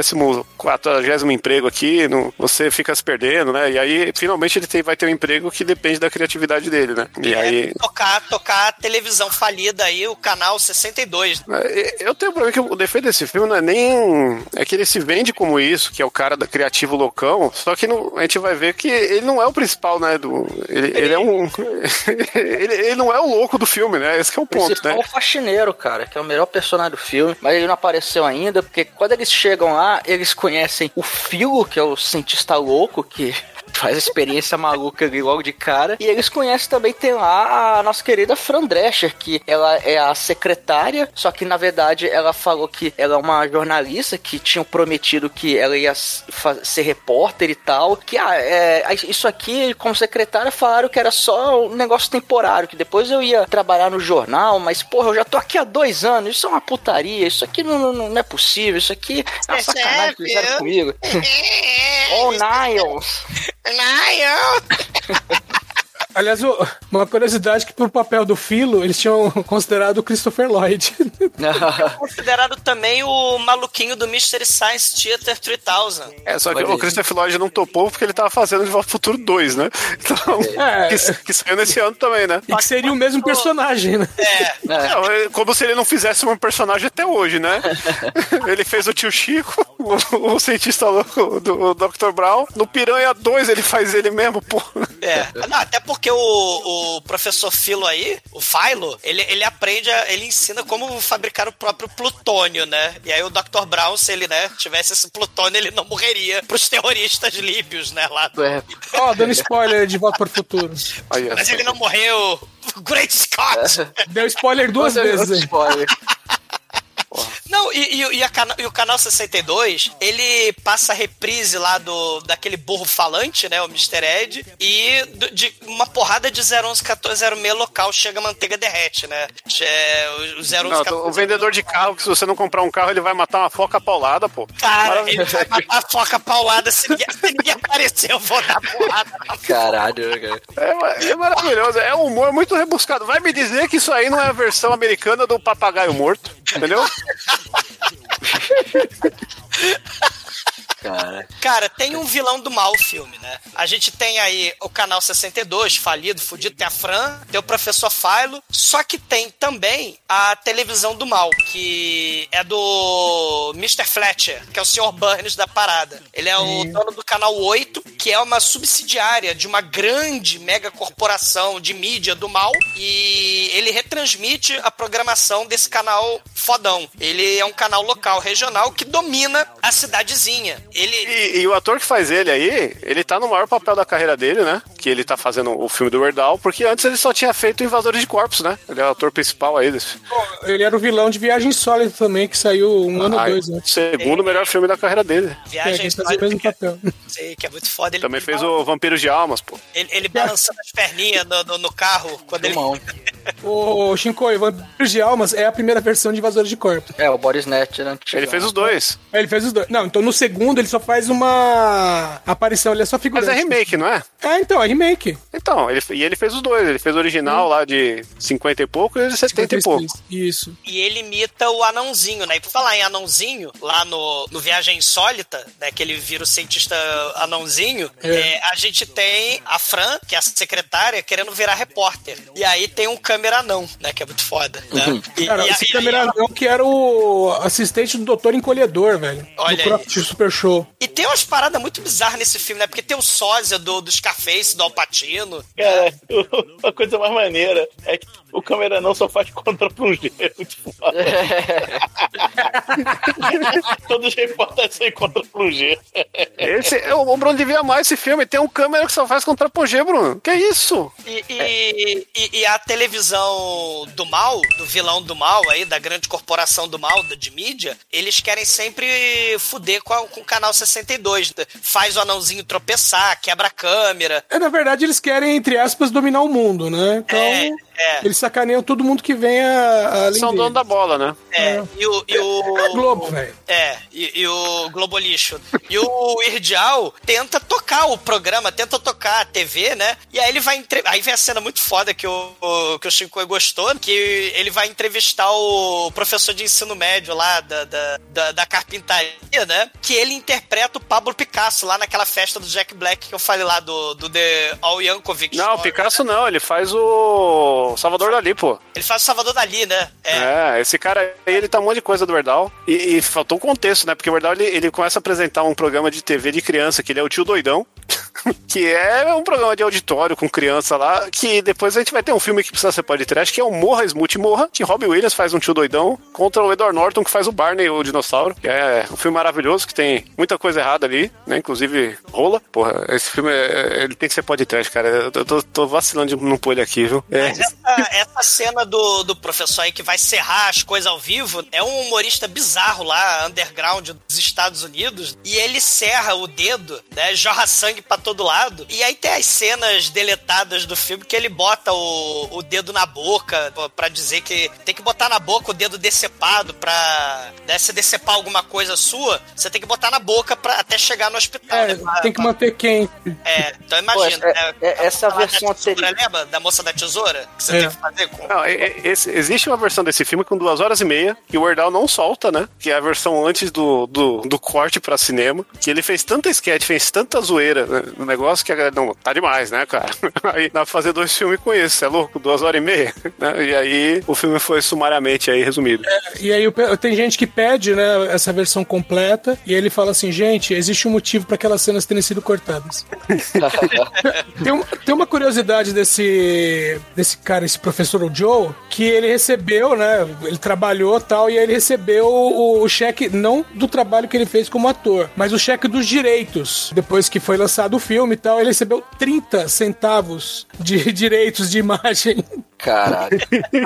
14º emprego aqui, você fica se perdendo, né, e aí finalmente ele vai ter um emprego que depende da criatividade dele, né, e aí... Tocar a televisão falida aí, o canal 62. Eu tenho um problema que o defeito desse filme não é nem... é que ele se vende como isso, que é o cara da criativo loucão, só que a gente vai ver que ele não é o principal, né, ele é um... ele não é o louco do filme, né, esse que é o ponto, né. É o faxineiro, cara, que é o melhor personagem do filme, mas ele não apareceu ainda, porque quando eles chegam lá, eles conhecem o Philo, que é o cientista louco, que faz a experiência maluca ali logo de cara. E eles conhecem também, tem lá a nossa querida Fran Drescher, que ela é a secretária, só que na verdade ela falou que ela é uma jornalista que tinham prometido que ela ia ser repórter e tal, que isso aqui, como secretária, falaram que era só um negócio temporário, que depois eu ia trabalhar no jornal, mas porra, eu já tô aqui há 2 anos, isso é uma putaria, isso aqui não é possível, isso aqui é uma sacanagem que fizeram comigo. Oh, Niles! Aliás, uma curiosidade que pro papel do Philo, eles tinham considerado o Christopher Lloyd. Considerado também o maluquinho do Mystery Science Theater 3000. Só que o Christopher Lloyd não topou porque ele tava fazendo De Volta pro Futuro 2, né? Então, que saiu nesse ano também, né? E que seria o mesmo personagem, né? Não, como se ele não fizesse um personagem até hoje, né? Ele fez o tio Chico, o cientista louco do Dr. Brown. No Piranha 2 ele faz ele mesmo, pô. Não, até porque o professor Philo aí, o Philo, ele aprende, ele ensina como fabricar o próprio plutônio, né? E aí o Dr. Brown, se ele, né, tivesse esse plutônio, ele não morreria pros terroristas líbios, né? Lá. Dando spoiler de Volta para o Futuro. Mas ele não morreu. Great Scott! Deu spoiler 2 vezes. Spoiler. Não, e o Canal 62, ele passa a reprise lá daquele burro falante, né, o Mr. Ed, e de uma porrada de 011-1406 local, chega a manteiga derrete, né? O 011-14... O vendedor de carro, que se você não comprar um carro, ele vai matar uma foca paulada, pô. Cara, ele vai matar a foca paulada, se ninguém aparecer, eu vou dar porrada. Caralho, cara. É maravilhoso, é um humor muito rebuscado. Vai me dizer que isso aí não é a versão americana do Papagaio Morto, entendeu? Cara, tem um vilão do mal o filme, né? A gente tem aí o Canal 62, falido, fudido, tem a Fran, tem o Professor Philo, só que tem também a televisão do mal, que é do Mr. Fletcher, que é o Sr. Burns da parada. Ele é o dono do Canal 8, que é uma subsidiária de uma grande mega corporação de mídia do mal, e ele retransmite a programação desse canal fodão. Ele é um canal local, regional, que domina a cidadezinha. E o ator que faz ele aí, ele tá no maior papel da carreira dele, né? Que ele tá fazendo o filme do Weird Al, porque antes ele só tinha feito Invasores de Corpos, né? Ele é o ator principal aí desse. Ele era o vilão de Viagem Insólita também, que saiu um ano ou 2 antes. Segundo melhor filme da carreira dele. Viagem Insólita. O mesmo papel. Sei, que é muito foda. Ele também fez o Vampiros de Almas, pô. Ele balançando as perninhas no carro, quando ele... O Shinkoi, Vampiros de Almas é a primeira versão de Invasores de Corpos. O Boris Snatcher, né? Ele fez os dois. Ele fez os dois. Não, então no segundo ele só faz uma aparição, ele é só figurante. Mas é remake, não é? Então, é remake. Então, ele fez os dois. Ele fez o original lá de 50 e pouco e o de 70 e pouco. Isso. E ele imita o anãozinho, né? E por falar em anãozinho, lá no Viagem Insólita, né? Que ele vira o cientista anãozinho, a gente tem a Fran, que é a secretária, querendo virar repórter. E aí tem um câmera anão, né? Que é muito foda, né? Esse câmera anão que era o assistente do Doutor Encolhedor, velho. Olha do Croft Super Show. E tem umas paradas muito bizarras nesse filme, né? Porque tem o sósia do Scarface, do Al Pacino. Cara, a coisa mais maneira é que o câmera não só faz contra-plungê, é muito foda. Todos os repórteres são contra-plungê. O Bruno devia amar esse filme. Tem um câmera que só faz contra-plungê, Bruno. Que isso? E a televisão do mal, do vilão do mal aí, da grande corporação do mal, de mídia, eles querem sempre fuder com o Canal 62. Faz o anãozinho tropeçar, quebra a câmera. Na verdade, eles querem, entre aspas, dominar o mundo, né? Então, eles sacaneiam todo mundo que vem além São dono da bola, né? E o Globo, velho. E o Globo Lixo. E o Weird Al tenta tocar o programa, tenta tocar a TV, né? E aí ele vai... Aí vem a cena muito foda que o Shinkoi gostou, que ele vai entrevistar o professor de ensino médio lá da carpintaria, né? Que ele interpreta o Pablo Picasso lá naquela festa do Jack Black que eu falei lá do The Al Yankovic. Não, o Picasso não, ele faz o Salvador Dalí, pô. Ele faz o Salvador Dalí, né? Esse cara aí, ele tá um monte de coisa do Weird Al. E faltou um contexto, né? Porque o Weird Al, ele começa a apresentar um programa de TV de criança, que ele é o tio doidão. que é um programa de auditório com criança lá, que depois a gente vai ter um filme que precisa ser podcast, que é o Morra, Smooth Morra, que Robin Williams faz um tio doidão contra o Edward Norton, que faz o Barney, o dinossauro, que é um filme maravilhoso, que tem muita coisa errada ali, né, inclusive rola. Porra, esse filme, ele tem que ser podcast, cara. Eu tô vacilando de não pôr ele aqui, viu? Mas essa cena do professor aí que vai serrar as coisas ao vivo, é um humorista bizarro lá, underground dos Estados Unidos, e ele serra o dedo, né, jorra sangue pra todo lado, e aí tem as cenas deletadas do filme que ele bota o dedo na boca pra dizer que tem que botar na boca o dedo decepado pra, né, se decepar alguma coisa sua, você tem que botar na boca pra até chegar no hospital. Né, tem que manter quente. Então imagina. Essa versão tesoura, lembra da moça da tesoura? Que você tem que fazer com... Não, existe uma versão desse filme com 2h30, que o Weird Al não solta, né? Que é a versão antes do corte pra cinema, que ele fez tanta sketch, fez tanta zoeira, né, no negócio que não, tá demais, né, cara? Aí dá pra fazer 2 filmes com isso, é louco? 2h30, né? E aí o filme foi sumariamente aí resumido. E aí tem gente que pede, né, essa versão completa, e ele fala assim, gente, existe um motivo pra aquelas cenas terem sido cortadas. Tem uma curiosidade desse cara, esse professor Joe, que ele recebeu, né, ele trabalhou e tal, e aí ele recebeu o cheque, não do trabalho que ele fez como ator, mas o cheque dos direitos. Depois que foi lançado o filme e tal, ele recebeu 30 centavos de direitos de imagem. Caralho.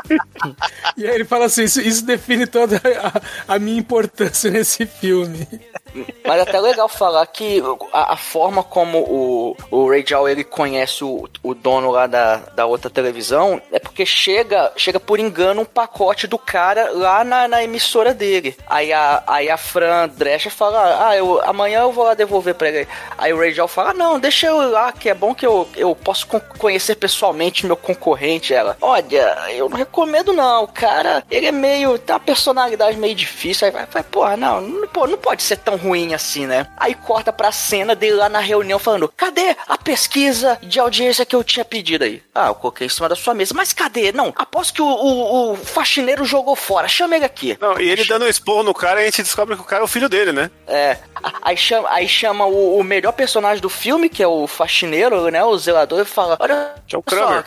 E aí ele fala assim, isso define toda a minha importância nesse filme. Mas é até legal falar que a forma como o Ray J. ele conhece o dono lá da outra televisão é porque chega por engano um pacote do cara lá na emissora dele. Aí a Fran Drescher fala, amanhã eu vou lá devolver pra ele. Aí o Ray J. fala, não, deixa eu ir lá, que é bom que eu posso conhecer pessoalmente meu concorrente. Ela, olha, eu não recomendo não, o cara, ele é meio, tem uma personalidade meio difícil. Aí vai, porra, não pode ser tão ruim assim, né? Aí corta pra cena dele lá na reunião falando, cadê a pesquisa de audiência que eu tinha pedido aí? Eu coloquei em cima da sua mesa, mas cadê? Não, aposto que o faxineiro jogou fora, chama ele aqui. Não, e ele dando um esporro no cara, a gente descobre que o cara é o filho dele, né? Aí chama o melhor personagem do filme, que é o faxineiro, né, o zelador, e fala, olha... Que é o Kramer.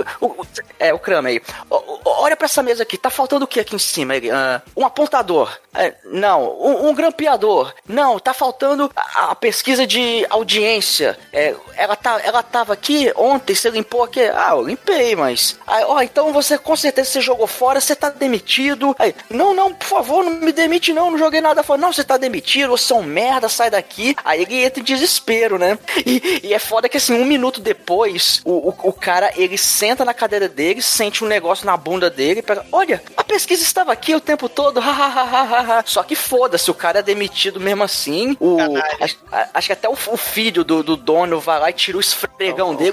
O Kramer aí. Olha pra essa mesa aqui, tá faltando o que aqui em cima? Um apontador. Não, um grampeador. Não, tá faltando a pesquisa de audiência. Ela tava aqui ontem, você limpou aqui? Eu limpei, mas... então você, com certeza, você jogou fora, você tá demitido. Aí, não, por favor, não me demite não joguei nada fora. Não, você tá demitido, você é um merda, sai daqui. Aí ele entra em desespero, né? E é foda que assim, 1 minuto depois, o cara, ele senta na cadeira dele, sente um negócio na bunda dele, pega, olha, a pesquisa estava aqui o tempo todo, só que foda-se, o cara é demitido mesmo assim. Acho que até o filho do dono vai lá e tira o esfregão dele.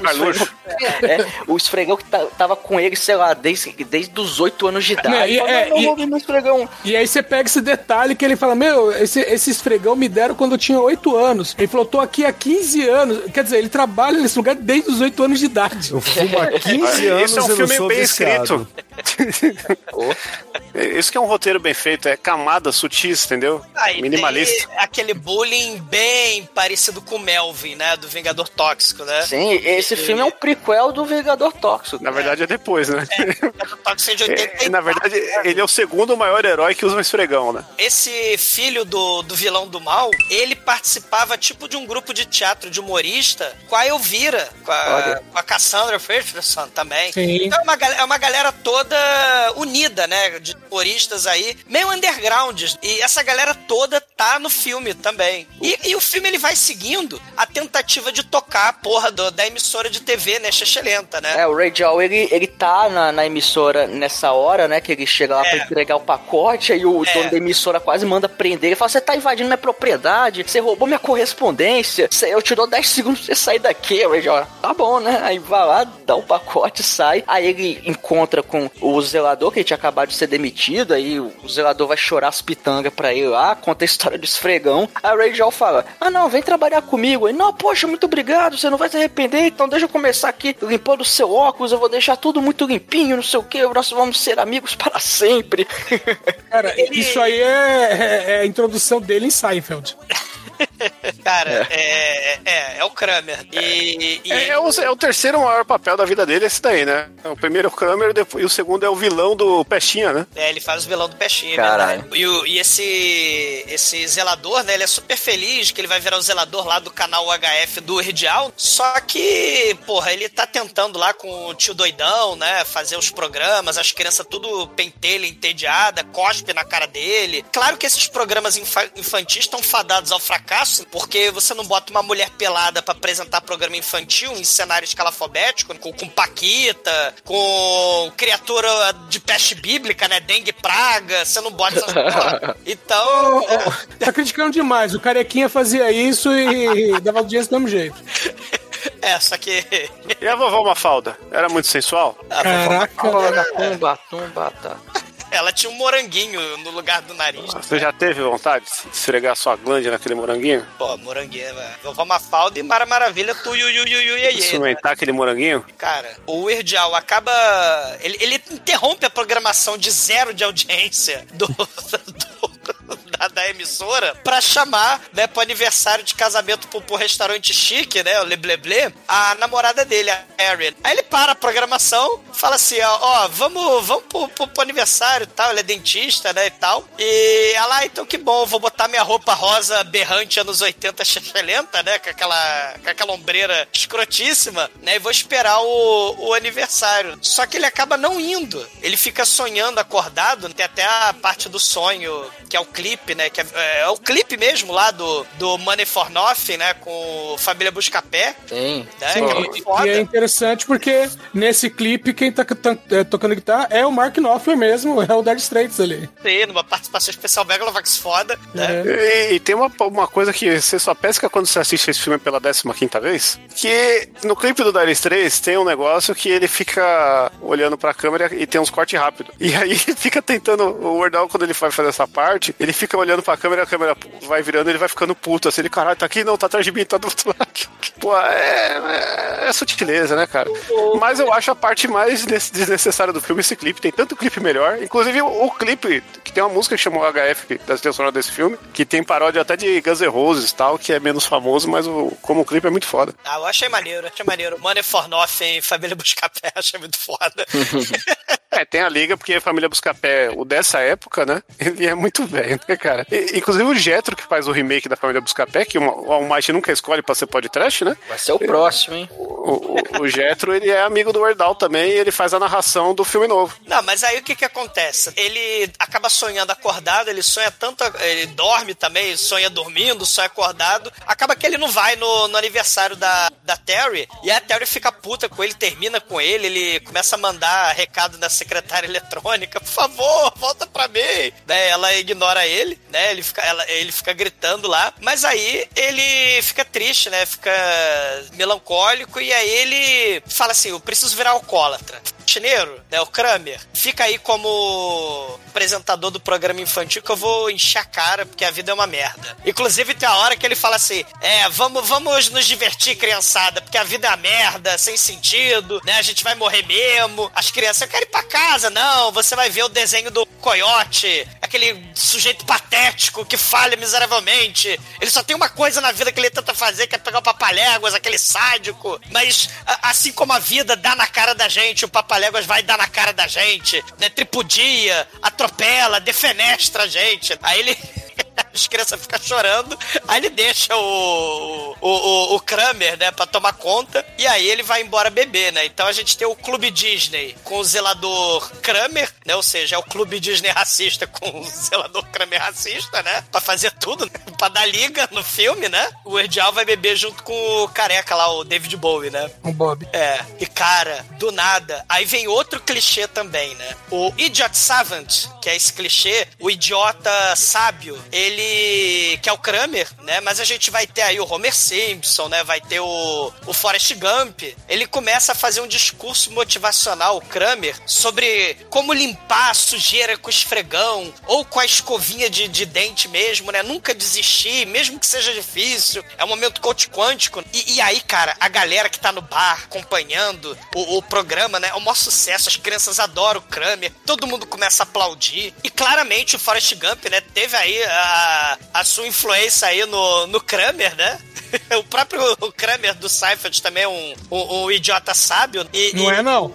O esfregão que tava com ele, sei lá, desde os 8 anos de idade. E aí você pega esse detalhe que ele fala, esse esfregão me deram quando eu tinha 8 anos. Ele falou, tô aqui há 15 anos. Quer dizer, ele trabalha nesse lugar desde os 8 anos de idade. Eu fumo há 15 anos. Isso é um filme bem escrito. Isso que é um roteiro bem feito, é camadas sutis, entendeu? Minimalista. Aquele bullying bem parecido com o Melvin, né? Do Vingador Tóxico, né? Sim, esse filme é um prequel do Vingador Tóxico. Na verdade é depois, né? O Vingador Tóxico é de 80. Na verdade, ele é o segundo maior herói que usa um esfregão, né? Esse filho do vilão do mal, ele participava tipo de um grupo de teatro de humorista com a Elvira, com a Cassandra Ferguson também. Sim. Então é uma galera toda unida, né? De humoristas aí, meio underground. E essa galera toda tá no filme também. E o filme, ele vai seguindo a tentativa de tocar a porra da emissora de TV, né? Xexelenta, né? O Ray J. ele tá na emissora nessa hora, né? Que ele chega lá pra entregar o pacote, aí o dono da emissora quase manda prender. Ele fala, você tá invadindo minha propriedade, você roubou minha correspondência, eu te dou 10 segundos pra você sair daqui. O Ray J. Tá bom, né? Aí vai lá, dá o pacote, sai. Aí ele encontra com o zelador, que ele tinha acabado de ser demitido, aí o zelador vai chorar as pitangas pra ele lá, conta a história do esfregão. Aí o Ray J. fala, não, vem trabalhar comigo. Aí, não, poxa, muito obrigado, você não vai se arrepender, então deixa eu começar aqui limpando o seu óculos, eu vou deixar tudo muito limpinho, não sei o que, nós vamos ser amigos para sempre. Cara, isso aí é a introdução dele em Seinfeld. Cara, é o Kramer. É o terceiro maior papel da vida dele, esse daí, né? O primeiro é o Kramer e o segundo é o vilão do Pestinha, né? Ele faz o vilão do Pestinha, Caralho. né? E esse zelador, né? Ele é super feliz que ele vai virar o zelador lá do canal UHF do Herdial. Só que, porra, ele tá tentando lá com o tio doidão, né? Fazer os programas, as crianças tudo pentelha, entediada, cospe na cara dele. Claro que esses programas infantis estão fadados ao fracasso, porque você não bota uma mulher pelada pra apresentar programa infantil em cenário escalafobético, com Paquita, com criatura de peste bíblica, né? Dengue praga, você não bota essas porra. Então... Tá criticando demais. O Carequinha fazia isso e dava audiência do mesmo jeito. Só que... E a vovó Mafalda? Era muito sensual? Caraca. Tumba, tá. Ela tinha um moranguinho no lugar do nariz. Você já teve vontade de esfregar sua glande naquele moranguinho? Pô, moranguinho, velho. Vovó Mafalda e Mara Maravilha, experimentar aquele moranguinho? Cara, o Weird Al acaba... Ele interrompe a programação de zero de audiência da emissora pra chamar, né, pro aniversário de casamento pro restaurante chique, né, o Le Blé Blé, a namorada dele, a Erin. Aí ele para a programação, fala assim, ó, vamos pro aniversário e tal, ele é dentista, né, e tal. E ela, então que bom, vou botar minha roupa rosa berrante anos 80 chechelenta, né, com aquela ombreira escrotíssima, né, e vou esperar o aniversário. Só que ele acaba não indo. Ele fica sonhando acordado, tem até a parte do sonho, que é o clipe, né, que é o clipe mesmo lá do Money for Nothing, né, com Família Buscapé. Sim. Né, Sim, que é muito foda. E é interessante porque nesse clipe quem tá tocando guitarra é o Mark Knopfler mesmo, é o Dire Straits ali. Sim, numa participação especial Megalovax foda, né? E tem uma coisa que você só pesca quando você assiste esse filme pela 15ª vez, que no clipe do Dire Straits tem um negócio que ele fica olhando pra câmera e tem uns cortes rápidos. E aí ele fica tentando, o Wardell, quando ele vai fazer essa parte, ele fica olhando pra câmera, a câmera vai virando, ele vai ficando puto, assim, ele, caralho, tá aqui? Não, tá atrás de mim, tá do outro lado. Pô, é sutileza, né, cara? Mas eu acho a parte mais desnecessária do filme esse clipe. Tem tanto clipe melhor. Inclusive, o clipe, que tem uma música que chamou HF, da trilha sonora desse filme, que tem paródia até de Guns N' Roses e tal, que é menos famoso, mas como o clipe é muito foda. Eu achei maneiro. Money for Nothing, Família Buscapé, achei muito foda. Tem a liga, porque a Família Buscapé, o dessa época, né, ele é muito velho, né, cara? Inclusive o Jetro, que faz o remake da Família Buscapé, que o Almighty nunca escolhe pra ser podcast, né? Vai ser o próximo, hein? O Jetro, ele é amigo do Wardell também, e ele faz a narração do filme novo. Não, mas aí o que acontece? Ele acaba sonhando acordado, ele sonha tanto, ele dorme também, sonha dormindo, sonha acordado, acaba que ele não vai no aniversário da Terry, e a Terry fica puta com ele, termina com ele começa a mandar recado na secretária eletrônica, por favor, volta pra mim, né? Ela ignora ele, né? Ele fica gritando lá, mas aí ele fica triste, né? Fica melancólico, e aí ele fala assim, eu preciso virar alcoólatra. Chineiro, né, o Kramer, fica aí como apresentador do programa infantil que eu vou encher a cara porque a vida é uma merda. Inclusive tem a hora que ele fala assim, vamos nos divertir, criançada, porque a vida é uma merda, sem sentido, né, a gente vai morrer mesmo, as crianças, eu quero ir pra casa. Não, você vai ver o desenho do Coyote, aquele sujeito patético que falha miseravelmente, ele só tem uma coisa na vida que ele tenta fazer, que é pegar o Papaléguas, aquele sádico, mas assim como a vida dá na cara da gente, o Papaléguas vai dar na cara da gente, né? Tripudia, atropela, defenestra a gente. Aí ele... as crianças ficam chorando, aí ele deixa o Kramer, né, pra tomar conta, e aí ele vai embora beber, né? Então a gente tem o Clube Disney com o zelador Kramer, né? Ou seja, é o Clube Disney racista com o zelador Kramer racista, né? Pra fazer tudo, né? Pra dar liga no filme, né? O Weird Al vai beber junto com o careca lá, o David Bowie, né? O Bob. E cara, do nada, aí vem outro clichê também, né? O Idiot Savant, que é esse clichê, o idiota sábio, ele que é o Kramer, né? Mas a gente vai ter aí o Homer Simpson, né? Vai ter o Forrest Gump. Ele começa a fazer um discurso motivacional, o Kramer, sobre como limpar a sujeira com o esfregão ou com a escovinha de dente mesmo, né? Nunca desistir, mesmo que seja difícil. É um momento coach quântico. E aí, cara, a galera que tá no bar acompanhando o programa, né? É um maior sucesso. As crianças adoram o Kramer. Todo mundo começa a aplaudir. E claramente o Forrest Gump, né? Teve aí a sua influência aí no Kramer, né? O próprio Kramer do Seinfeld também é um idiota sábio. Não é não.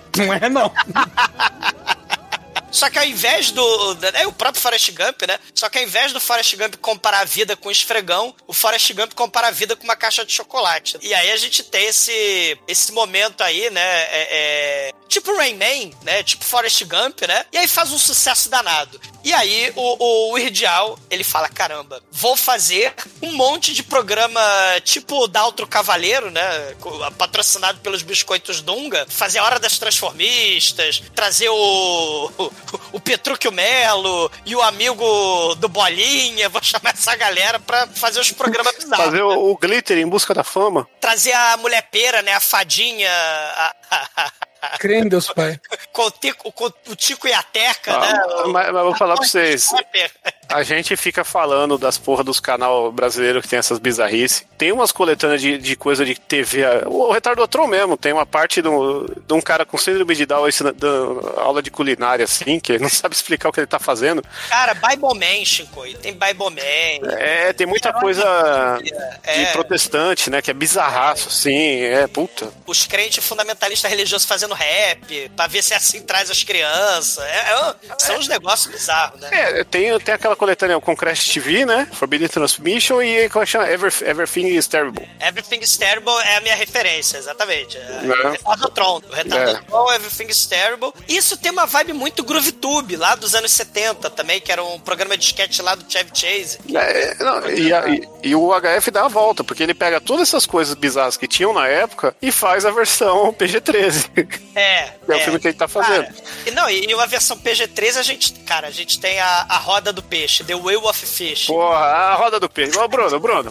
Só que ao invés do... o próprio Forrest Gump, né? Só que ao invés do Forrest Gump comparar a vida com esfregão, o Forrest Gump compara a vida com uma caixa de chocolate. E aí a gente tem esse momento aí, né? Tipo Rain Man, né? Tipo Forrest Gump, né? E aí faz um sucesso danado. E aí o Weird Al, ele fala, caramba, vou fazer um monte de programa tipo Daltro Cavaleiro, né? Patrocinado pelos Biscoitos Dunga. Fazer a Hora das Transformistas, trazer o Petrúquio Melo e o amigo do Bolinha. Vou chamar essa galera pra fazer os programas bizarros. Fazer o Glitter em Busca da Fama. Trazer a Mulher Pera, né? A fadinha... Crê em Deus, pai. Com o Tico e a Teca, né? Mas eu vou falar pra vocês. A gente fica falando das porra dos canal brasileiros que tem essas bizarrices. Tem umas coletâneas de coisa de TV. O Retardotron mesmo. Tem uma parte de um cara com síndrome de Down dando aula de culinária, assim, que não sabe explicar o que ele tá fazendo. Cara, Bible Man, Chico. Tem Bible Man. Tem muita coisa de protestante, né? Que é bizarraço, assim. Puta. Os crentes fundamentalistas religiosos fazendo rap, pra ver se assim traz as crianças. São uns negócios bizarros, né? Tem aquela coletânea com Crash TV, né? Forbidden Transmission e como chama? Everything is Terrible. Everything is Terrible é a minha referência, exatamente. O Retardotron, Everything is Terrible. Isso tem uma vibe muito GrooveTube, lá dos anos 70 também, que era um programa de sketch lá do Chevy Chase. E o HF dá a volta, porque ele pega todas essas coisas bizarras que tinham na época e faz a versão PG-13. É o filme que ele tá fazendo. Cara, e uma versão PG-13 a gente tem a Roda do Peixe, The Wheel of Fish. Porra, a Roda do Peixe. Ô, Bruno. Bruno,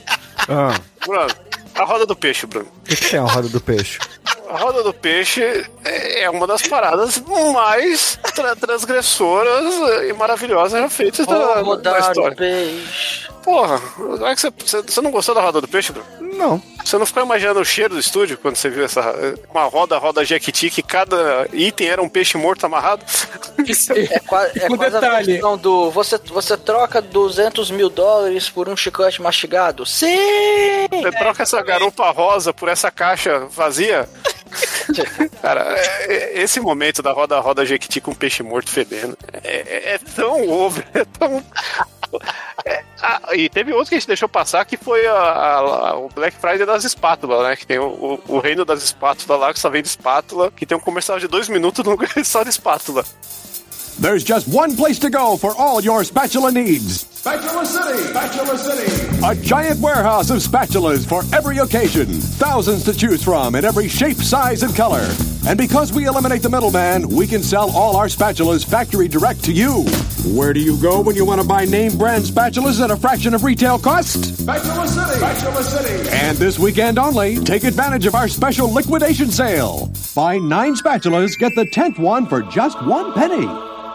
a Roda do Peixe, Bruno. O que é a Roda do Peixe? A Roda do Peixe é uma das paradas mais transgressoras e maravilhosas já feitas da história. Do Peixe. Porra, é que você não gostou da Roda do Peixe, Bruno? Não. Você não ficou imaginando o cheiro do estúdio quando você viu uma roda Jequiti que cada item era um peixe morto amarrado? É quase a questão do... Você troca $200 mil por um chiclete mastigado? Sim! Você troca essa garupa rosa por essa caixa vazia? Cara, esse momento da roda Jequiti com peixe morto fedendo é tão over, é tão... e teve outro que a gente deixou passar, que foi o Black Friday das espátulas, né? Que tem o reino das espátulas lá, que só vende espátula, que tem um comercial de 2 minutos no lugar só de espátula. There's just one place to go for all your spatula needs. Spatula City! Spatula City! A giant warehouse of spatulas for every occasion. Thousands to choose from in every shape, size, and color. And because we eliminate the middleman, we can sell all our spatulas factory direct to you. Where do you go when you want to buy name brand spatulas at a fraction of retail cost? Spatula City! Spatula City! And this weekend only, take advantage of our special liquidation sale. Buy 9 spatulas, get the 10th one for just 1 penny.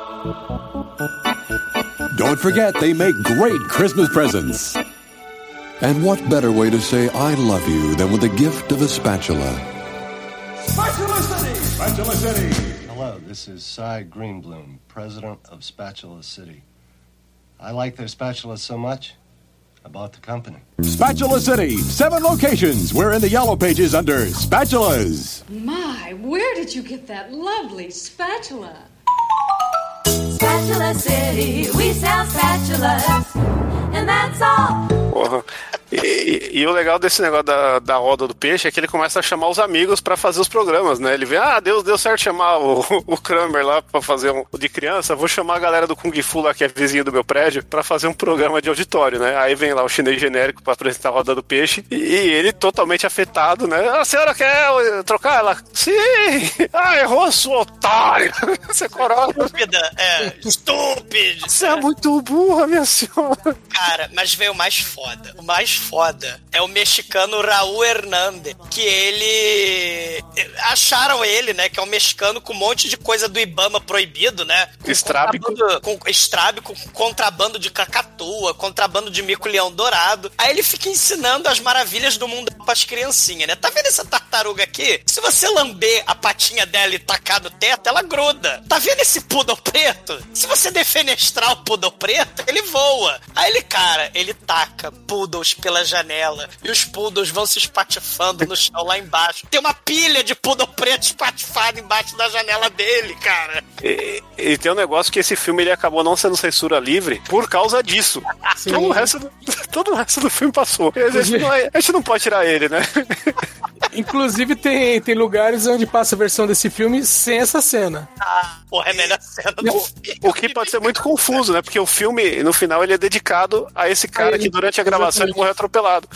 Don't forget, they make great Christmas presents. And what better way to say I love you than with the gift of a spatula? Spatula City! Spatula City! Hello, this is Cy Greenbloom, president of Spatula City. I like their spatulas so much, I bought the company. Spatula City, 7 locations. We're in the yellow pages under spatulas. My, where did you get that lovely spatula? Spatula City, we sell spatulas, and that's all. Porra. E o legal desse negócio da roda do peixe é que ele começa a chamar os amigos pra fazer os programas, né? Ele vê, deu certo chamar o Kramer lá pra fazer o de criança, vou chamar a galera do Kung Fu lá, que é vizinho do meu prédio, pra fazer um programa de auditório, né? Aí vem lá o chinês genérico pra apresentar a roda do peixe, e ele totalmente afetado, né? A senhora quer trocar? Ela, sim! Errou, sua otário! Você coroa. Estúpido! Você é muito burra, minha senhora! Cara, mas veio o mais foda. O mais foda é o mexicano Raul Hernández, que ele... Acharam ele, né, que é um mexicano com um monte de coisa do Ibama proibido, né? Com contrabando de cacatua, contrabando de mico-leão dourado. Aí ele fica ensinando as maravilhas do mundo pras criancinhas, né? Tá vendo essa tartaruga aqui? Se você lamber a patinha dela e tacar no teto, ela gruda. Tá vendo esse poodle preto? Se você defenestrar o poodle preto, ele voa. Aí ele taca poodles pela janela e os poodles vão se espatifando no chão lá embaixo. Tem uma pilha de poodle preto espatifado embaixo da janela dele, cara. E tem um negócio que esse filme ele acabou não sendo censura livre por causa disso. Todo o resto do filme passou. A gente não pode tirar ele, né? Inclusive tem lugares onde passa a versão desse filme sem essa cena. Porra, é a melhor cena do filme. O que pode ser muito confuso, né? Porque o filme, no final, ele é dedicado a esse cara que durante a gravação ele morreu atropelado.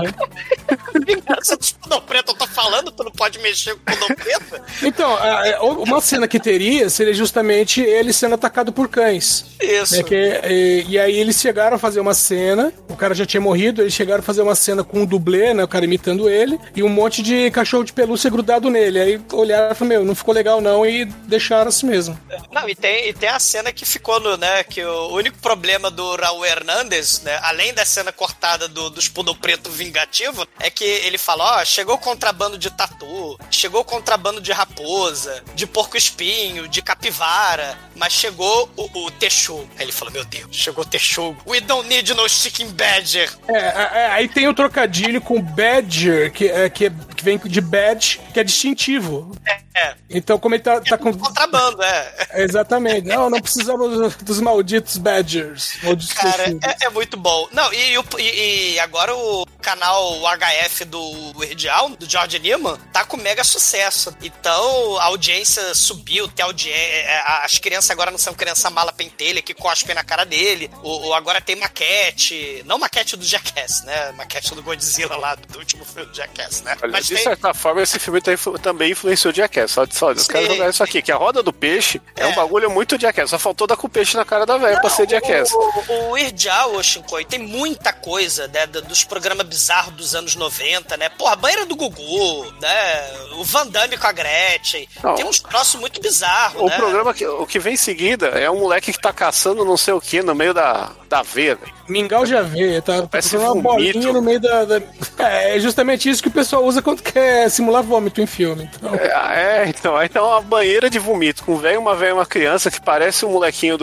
Vingança dos Pudão Preto, eu tô falando, tu não pode mexer com o Pudão Preto? Então, uma cena que teria seria justamente ele sendo atacado por cães. Isso. Né, e aí eles chegaram a fazer uma cena, o cara já tinha morrido, eles chegaram a fazer uma cena com um dublê, né, o cara imitando ele, e um monte de cachorro de pelúcia grudado nele. Aí olharam e falaram, não ficou legal não, e deixaram assim mesmo. Não, e tem a cena que ficou no, né, que o único problema do Raul Hernández, né, além da cena cortada dos Poodle Preto vingativo, é que ele fala, chegou o contrabando de tatu, chegou o contrabando de raposa, de porco-espinho, de capivara, mas chegou o texugo. Aí ele falou, meu Deus, chegou o texugo. We don't need no chicken badger. Aí tem o trocadilho com badger, que vem de badge, que é distintivo. Então, como ele tá com... Contrabando, Exatamente. Não precisamos dos malditos badgers. Cara, é muito bom. Não, e agora o canal HF do Herdial, do George Newman, tá com mega sucesso. Então, a audiência subiu, as crianças agora não são criança mala pentelha que cospem na cara dele. Agora tem maquete, não maquete do Jackass, né? Maquete do Godzilla lá, do último filme do Jackass, né? Mas de certa forma, esse filme também influenciou o Jackass. Só os caras jogaram isso aqui, que a roda do peixe é um bagulho muito Jackass. Só faltou dar com o peixe na cara da velha pra ser Jackass. O Herdial, Shinkoi, tem muita coisa, né, dos programas bizarros dos anos 90, né? Porra, a banheira do Gugu, né? O Van Damme com a Gretchen. Tem uns troços muito bizarros, né? O programa, o que vem em seguida é um moleque que tá caçando não sei o que no meio da aveia, velho. Mingau de aveia, tá procurando uma bolinha no meio da... É justamente isso que o pessoal usa quando quer simular vômito em filme. Então. Então é uma banheira de vomito com um velho, uma velha e uma criança que parece um molequinho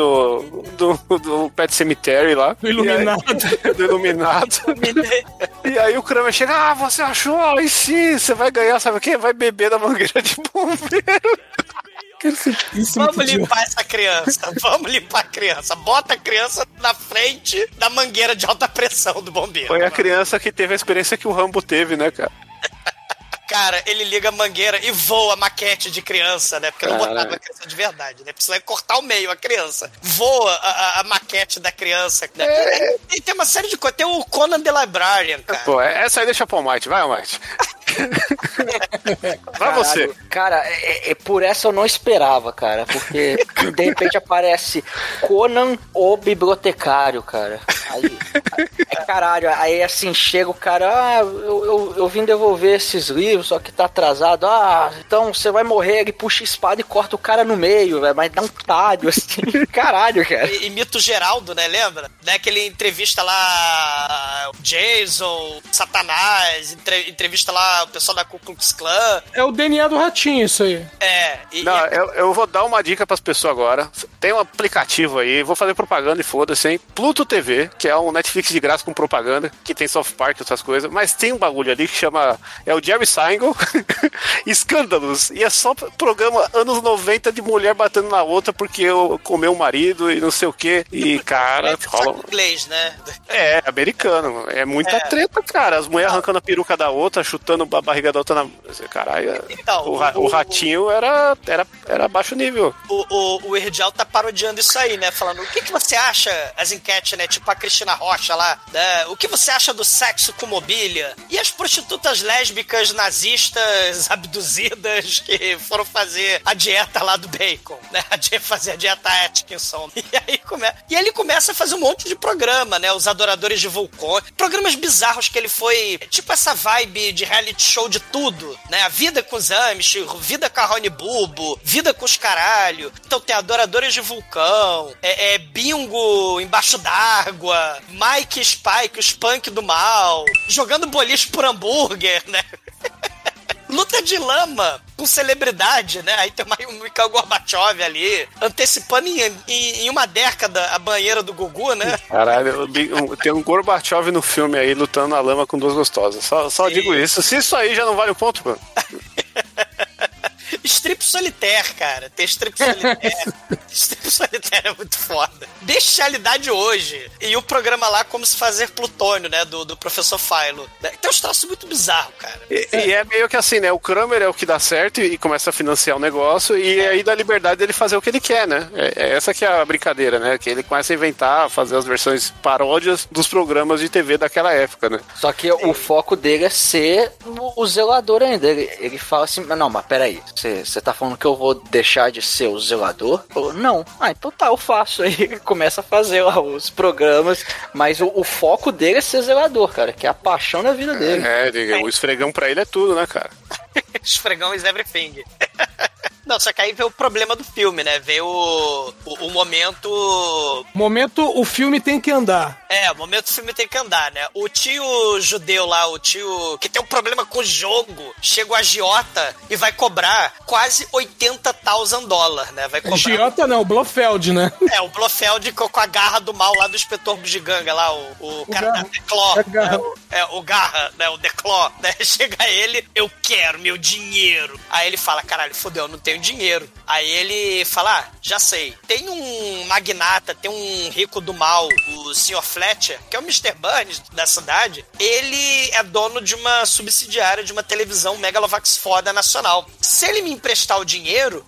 do Pet Cemetery lá. Do Iluminado. Do Iluminado. E aí o Kramer chega, você achou? Aí sim, você vai ganhar, sabe o quê? Vai beber da mangueira de bombeiro. Vamos limpar essa criança. Vamos limpar a criança. Bota a criança na frente da mangueira de alta pressão do bombeiro. Foi a criança que teve a experiência que o Rambo teve, né, cara? Cara, ele liga a mangueira e voa a maquete de criança, né? Porque não botava a criança de verdade, né? Precisa cortar o meio a criança. Voa a maquete da criança. Né? E tem uma série de coisas. Tem o Conan the Librarian, cara. Pô, essa aí deixa pro Almighty. Vai, Almighty. Vai você. Cara, por essa eu não esperava, cara. Porque de repente aparece Conan o bibliotecário, cara. Aí, caralho. Aí assim, chega o cara, eu vim devolver esses livros, só que tá atrasado. Então você vai morrer. Ele puxa a espada e corta o cara no meio, velho. Mas dá um talho, assim. Caralho, cara. E Mito Geraldo, né? Lembra? Né? Que ele entrevista lá o Jason, Satanás, entrevista lá o pessoal da Ku Klux Klan. É o DNA do ratinho, isso aí. Eu vou dar uma dica pras pessoas agora. Tem um aplicativo aí, vou fazer propaganda e foda-se, hein? Pluto TV, que é um Netflix de graça com propaganda, que tem South Park e outras coisas, mas tem um bagulho ali que chama... É o Jerry Seinfeld, Escândalos, e é só programa anos 90 de mulher batendo na outra porque eu comeu o marido e não sei o que. E, cara... rola... inglês, né? É, americano. É muita treta, cara. As mulheres arrancando a peruca da outra, chutando a barriga da outra na... Caralho. Então, o ratinho era baixo nível. O Herdial tá parodiando isso aí, né? Falando, o que você acha, as enquetes, né? Tipo a Cristina Rocha lá, né? O que você acha do sexo com mobília? E as prostitutas lésbicas nazistas abduzidas que foram fazer a dieta lá do bacon, né? Fazer a dieta Atkinson. E aí ele começa a fazer um monte de programa, né? Os adoradores de Vulcão. Programas bizarros que ele foi, tipo essa vibe de reality show de tudo, né? A Vida com os Amish, Vida com a Rony Bubo, Vida com os caralho. Então tem Adoradores de Vulcão, Bingo embaixo d'água, Mike e Spike, os punk do mal, jogando boliche por hambúrguer, né? Luta de lama com celebridade, né? Aí tem o Mikhail Gorbachev ali, antecipando em uma década a banheira do Gugu, né? Caralho, tem um Gorbachev no filme aí lutando na lama com duas gostosas. Só digo isso. Se isso aí já não vale um ponto, mano. Strip Solitaire, cara. Tem Strip Solitaire. Strip Solitaire é muito foda. Bestialidade hoje. E o programa lá Como Se Fazer Plutônio, né? Do professor Philo. Tem uns troços muito bizarros, cara. E é meio que assim, né? O Kramer é o que dá certo e começa a financiar o negócio e aí dá liberdade dele fazer o que ele quer, né? Essa que é a brincadeira, né? Que ele começa a inventar, fazer as versões paródias dos programas de TV daquela época, né? Só que o foco dele é ser o zelador ainda. Ele fala assim, não, mas peraí, você tá falando que eu vou deixar de ser o zelador? Não. Então tá, eu faço. Aí ele começa a fazer lá os programas, mas o foco dele é ser zelador, cara, que é a paixão da vida dele. O esfregão pra ele é tudo, né, cara? Esfregão is everything. Não, só que aí veio o problema do filme, né? Veio o momento... O filme tem que andar. O momento do filme tem que andar, né? O tio judeu lá, o tio que tem um problema com o jogo, chega o agiota e vai cobrar quase $80,000, né? Vai cobrar... Agiota não, o Blofeld, né? O Blofeld com a garra do mal lá do inspetor Bugiganga lá, o cara da Decló. O Garra, né? O Decló, né? Chega ele, eu quero meu dinheiro. Aí ele fala, caralho, fodeu, não tenho dinheiro. Aí ele fala, já sei, tem um magnata, tem um rico do mal, o Sr. Fletcher, que é o Mr. Burns da cidade. Ele é dono de uma subsidiária de uma televisão Megalovax foda nacional. Se ele me emprestar o dinheiro,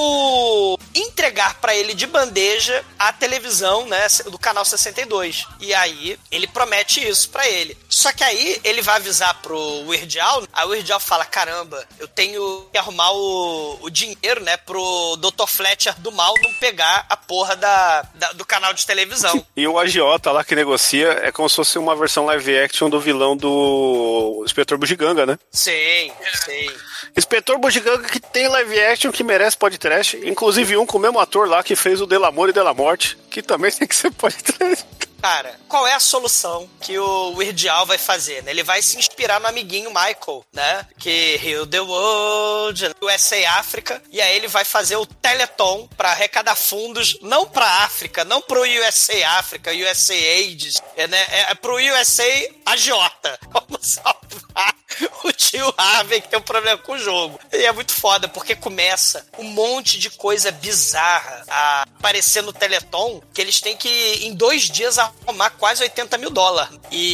eu entregar pra ele de bandeja a televisão, né, do canal 62. E aí ele promete isso pra ele. Só que aí ele vai avisar pro Weird Al, aí o Weird Al fala, caramba, eu tenho que arrumar o dinheiro, né, pro Dr. Fletcher do mal não pegar a porra do canal de televisão. E o agiota lá que negocia é como se fosse uma versão live action do vilão do Inspetor Bugiganga, né? Sim. Inspetor Bugiganga que tem live action que merece podcast, inclusive um com o mesmo ator lá que fez o Del Amor e Della Morte, que também tem que ser podcast. Cara, qual é a solução que o Weird Al vai fazer, né? Ele vai se inspirar no amiguinho Michael, né? Que Heal the World, USA África, e aí ele vai fazer o Teleton pra arrecadar fundos, não pra África, não pro USA África, USA AIDS, né? É pro USA Agiota. Vamos salvar o tio Harvey que tem um problema com o jogo. E é muito foda, porque começa um monte de coisa bizarra a aparecer no Teleton, que eles têm que, em 2 dias, arrumar quase $80,000.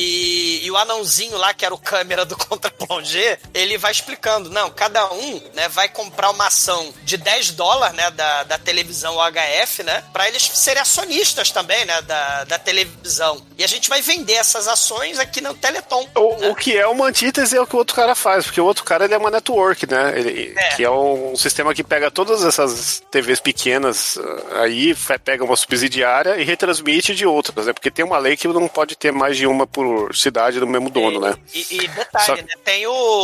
E o anãozinho lá, que era o câmera do Contra-Plongé, ele vai explicando, não, cada um, né, vai comprar uma ação de $10, né, da televisão UHF, né, pra eles serem acionistas também, né, da televisão. E a gente vai vender essas ações aqui no Teleton. O que é uma antítese é o que o outro cara faz, porque o outro cara, ele é uma network, né, que é um sistema que pega todas essas TVs pequenas aí, pega uma subsidiária e retransmite de outras, né, porque tem uma lei que não pode ter mais de uma por cidade do mesmo dono, né. E detalhe, né, tem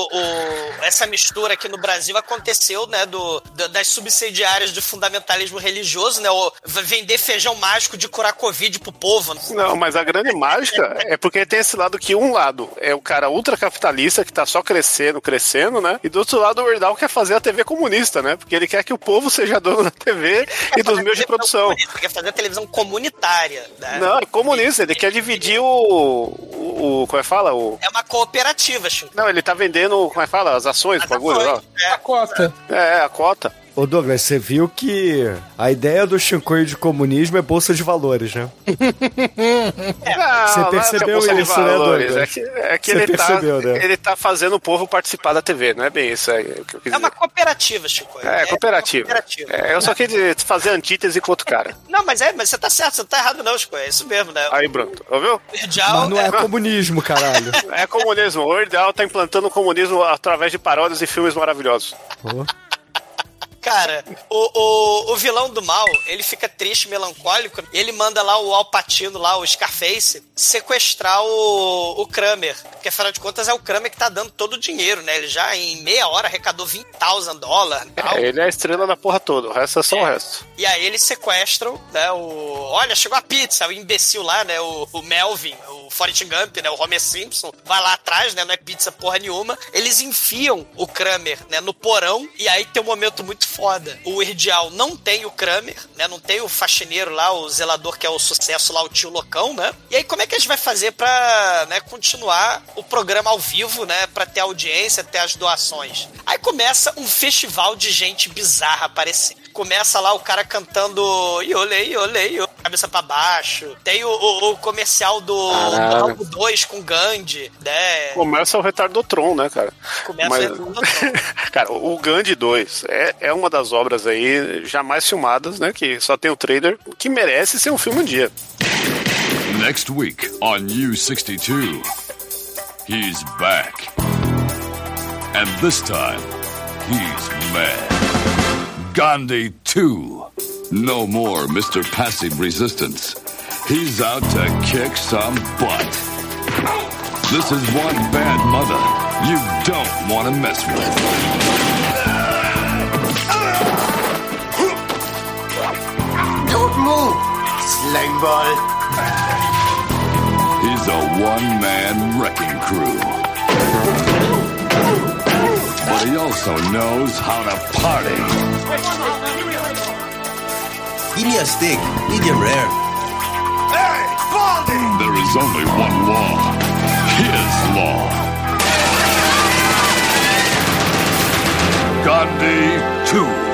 essa mistura aqui no Brasil aconteceu, né, das subsidiárias do fundamentalismo religioso, né, vender feijão mágico de curar Covid pro povo. Não, mas a grande mágica é porque tem esse lado que um lado é o cara ultracapitalista que tá só crescendo, né, e do outro lado o Weird Al quer fazer a TV comunista, né, porque ele quer que o povo seja dono da TV e dos meios de produção. Ele quer fazer a televisão comunitária, né. Não, é comunista, ele quer dividir como é que fala? É uma cooperativa, Chico. Não, ele tá vendendo, como é que fala? As ações, o bagulho lá. A cota. A cota. Ô Douglas, você viu que a ideia do Shinkoio de comunismo é bolsa de valores, né? Você percebeu isso, né, Douglas? É que ele percebeu, né? Ele tá fazendo o povo participar da TV, não é bem isso aí que eu quis dizer. É uma cooperativa, Chico. É cooperativa. Eu só queria fazer antítese com outro cara. Não, mas você tá certo, você não tá errado não, Chico. É isso mesmo, né? Aí, Bruno, ouviu? Mas não é comunismo, caralho. É comunismo. O Weird Al tá implantando o comunismo através de paródias e filmes maravilhosos. Cara, o vilão do mal, ele fica triste, melancólico, e ele manda lá o Al Pacino, lá, o Scarface, sequestrar o Kramer. Porque, afinal de contas, é o Kramer que tá dando todo o dinheiro, né? Ele já, em meia hora, arrecadou $20,000. Ele é a estrela da porra toda, o resto é só o resto. E aí eles sequestram, né, olha, chegou a pizza, o imbecil lá, né, o Melvin, o Forrest Gump, né, o Homer Simpson, vai lá atrás, né, não é pizza porra nenhuma. Eles enfiam o Kramer, né, no porão, e aí tem um momento muito foda. O Weird Al não tem o Kramer, né, não tem o faxineiro lá, o zelador que é o sucesso lá, o tio loucão, né? E aí como é que a gente vai fazer pra, né, continuar o programa ao vivo, né, pra ter audiência, ter as doações? Aí começa um festival de gente bizarra aparecer. Começa lá o cara cantando iolei, iolei, cabeça pra baixo. Tem o comercial do Rambo 2 com Gandhi, né? Começa o Retardotron, né, cara? Começa o Retardotron. Cara, o Gandhi 2 é uma das obras aí jamais filmadas, né? Que só tem o trailer, que merece ser um filme um dia. Next week on U62, he's back. And this time, he's mad. Gandhi 2. No more Mr. Passive Resistance. He's out to kick some butt. This is one bad mother you don't want to mess with. Don't move, Slangball. He's a one-man wrecking crew. But he also knows how to party. Give me a steak, medium rare. Hey, Baldy! There is only one law. His law. Gandhi 2.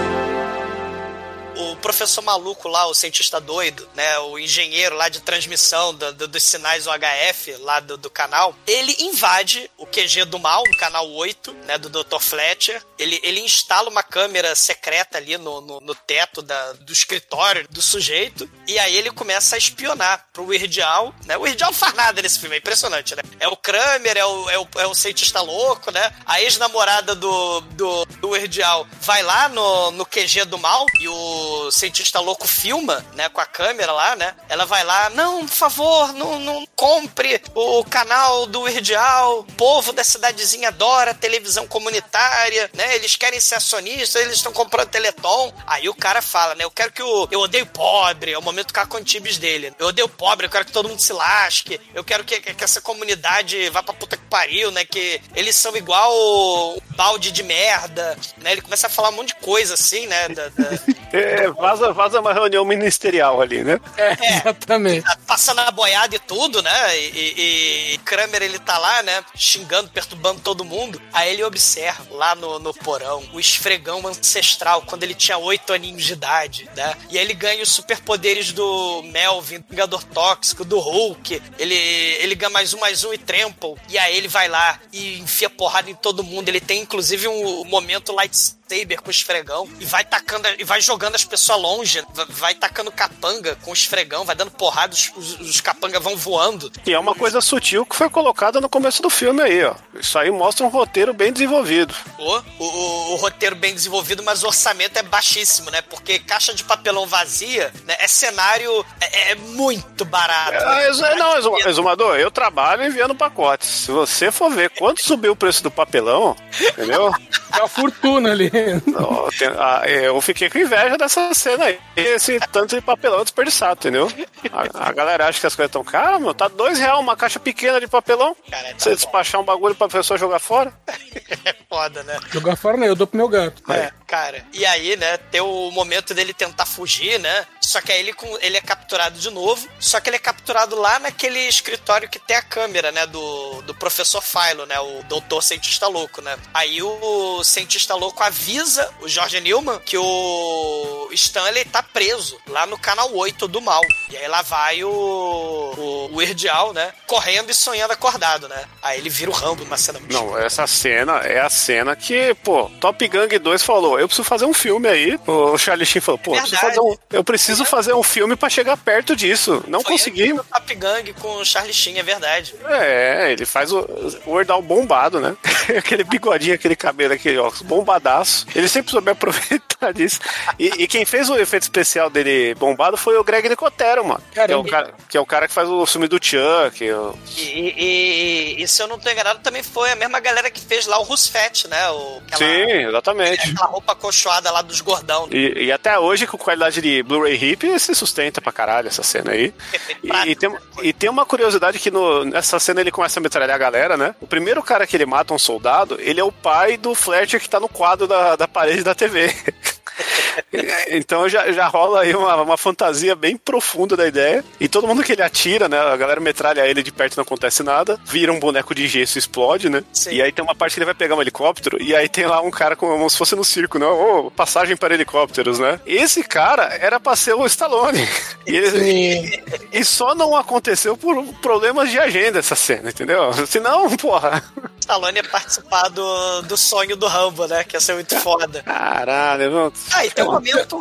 O professor maluco lá, o cientista doido, né, o engenheiro lá de transmissão dos sinais UHF lá do canal, ele invade o QG do mal, no canal 8, né, do Dr. Fletcher. Ele instala uma câmera secreta ali no teto do escritório do sujeito, e aí ele começa a espionar pro Weird Al, né? O Weird Al não faz nada nesse filme, é impressionante, né? É o Kramer, é o cientista louco, né? A ex-namorada do Weird Al vai lá no QG do mal, e o cientista louco filma, né, com a câmera lá, né? Ela vai lá, não, por favor, não compre o canal do Weird Al, o povo da cidadezinha adora televisão comunitária, né? Eles querem ser acionistas, eles estão comprando Teleton. Aí o cara fala, né? Eu quero que eu odeio pobre, é o momento Cacantibes dele. Eu odeio pobre, eu quero que todo mundo se lasque, eu quero que essa comunidade vá pra puta que pariu, né? Que eles são igual um balde de merda, né? Ele começa a falar um monte de coisa assim, né? Vaza uma reunião ministerial ali, né? Exatamente. Passando a boiada e tudo, né? E Kramer, ele tá lá, né? Xingando, perturbando todo mundo. Aí ele observa lá no porão o esfregão ancestral, quando ele tinha 8 aninhos de idade, né? E aí ele ganha os superpoderes do Melvin, do Vingador Tóxico, do Hulk. Ele ganha mais um e Trample. E aí ele vai lá e enfia porrada em todo mundo. Ele tem, inclusive, um momento lightsaber com o esfregão e vai tacando, e vai jogando as pessoas longe, vai tacando capanga com o esfregão, vai dando porrada, os capangas vão voando. E é uma coisa sutil que foi colocada no começo do filme aí, ó. Isso aí mostra um roteiro bem desenvolvido. O roteiro bem desenvolvido, mas o orçamento é baixíssimo, né? Porque caixa de papelão vazia, né? É cenário, é muito barato. Não, exumador, eu trabalho enviando pacotes. Se você for ver quanto subiu o preço do papelão, entendeu? É uma fortuna ali. Eu fiquei com inveja dessa cena aí. Esse tanto de papelão desperdiçado, entendeu? A galera acha que as coisas estão caras, meu. Tá R$2 uma caixa pequena de papelão. Cara, você despachar um bagulho pra pessoa jogar fora? É foda, né? Jogar fora não, eu dou pro meu gato. Cara. E aí, né, tem o momento dele tentar fugir, né? Só que aí ele é capturado de novo. Só que ele é capturado lá naquele escritório que tem a câmera, né? Do professor Philo, né? O doutor cientista louco, né? Aí o cientista louco avisa o George Newman que o Stanley tá preso lá no canal 8 do mal. E aí lá vai o Weird Al, né? Correndo e sonhando acordado, né? Aí ele vira o Rambo numa cena muito Não, essa cena é a cena que, Top Gun 2 falou, eu preciso fazer um filme aí. O Charlie Sheen falou, eu preciso preciso fazer um filme pra chegar perto disso. Não consegui. O Top Gang com o Charlie Sheen, é verdade. Ele faz o Weird-Al bombado, né? Aquele bigodinho, aquele cabelo, aquele óculos bombadaço. Ele sempre soube aproveitar disso. E quem fez o efeito especial dele bombado foi o Greg Nicotero, mano. Que é o cara que faz o filme do Chuck. E se eu não tô enganado, também foi a mesma galera que fez lá o Rusfet, né? Sim, exatamente. Aquela roupa acolchoada lá dos gordão. E até hoje, com qualidade de Blu-ray hip, se sustenta pra caralho essa cena aí. E tem uma curiosidade que nessa cena ele começa a metralhar a galera, né? O primeiro cara que ele mata, um soldado, ele é o pai do Fletcher que tá no quadro da parede da TV. Então já rola aí uma fantasia bem profunda da ideia. E todo mundo que ele atira, né? A galera metralha ele de perto e não acontece nada. Vira um boneco de gesso e explode, né? Sim. E aí tem uma parte que ele vai pegar um helicóptero. E aí tem lá um cara como se fosse no circo, né? Passagem para helicópteros, né? Esse cara era pra ser o Stallone. E só não aconteceu por problemas de agenda essa cena, entendeu? Senão, porra. Stallone ia participar do sonho do Rambo, né? Que ia ser muito foda. Caralho, não. E tem um momento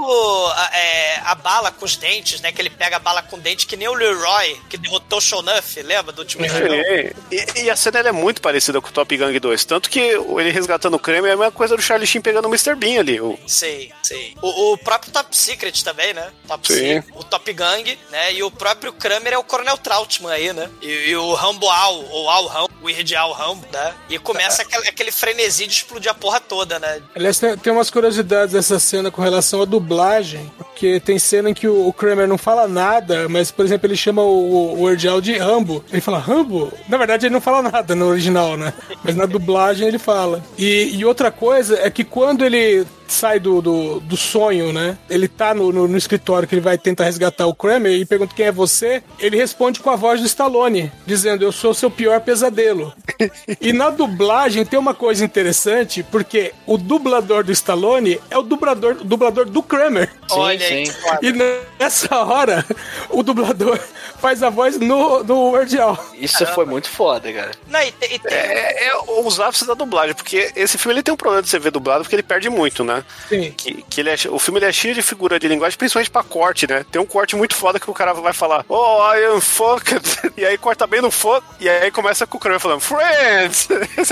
a bala com os dentes, né? Que ele pega a bala com dente, que nem o Leroy, que derrotou o Shonuff, lembra? Do último jogo. E a cena é muito parecida com o Top Gang 2. Tanto que ele resgatando o Kramer é a mesma coisa do Charlie Sheen pegando o Mr. Bean ali. Sei. O próprio Top Secret também, né? O Top Gang, né? E o próprio Kramer é o Coronel Trautmann aí, né? E o Rambo ou Al Rambo, o Weird Al Rambo, né? E começa aquele frenesi de explodir a porra toda, né? Aliás, tem umas curiosidades dessa cena com relação à dublagem, porque tem cena em que o Kramer não fala nada, mas, por exemplo, ele chama o Weird Al de Rambo. Ele fala Rambo? Na verdade, ele não fala nada no original, né? Mas na dublagem ele fala. E outra coisa é que quando ele sai do sonho, né? Ele tá no escritório que ele vai tentar resgatar o Kramer e pergunta quem é você. Ele responde com a voz do Stallone, dizendo, eu sou o seu pior pesadelo. E na dublagem tem uma coisa interessante, porque o dublador do Stallone é o dublador do Kramer. Olha aí. E nessa hora, o dublador faz a voz no Weird Al. Isso foi muito foda, cara. Não, É os ápices da dublagem, porque esse filme ele tem um problema de você ver dublado, porque ele perde muito, né? Sim. O filme ele é cheio de figura de linguagem, principalmente pra corte, né? Tem um corte muito foda que o cara vai falar, oh, I am fucked, e aí corta bem no fuck, e aí começa com o cara falando, friends!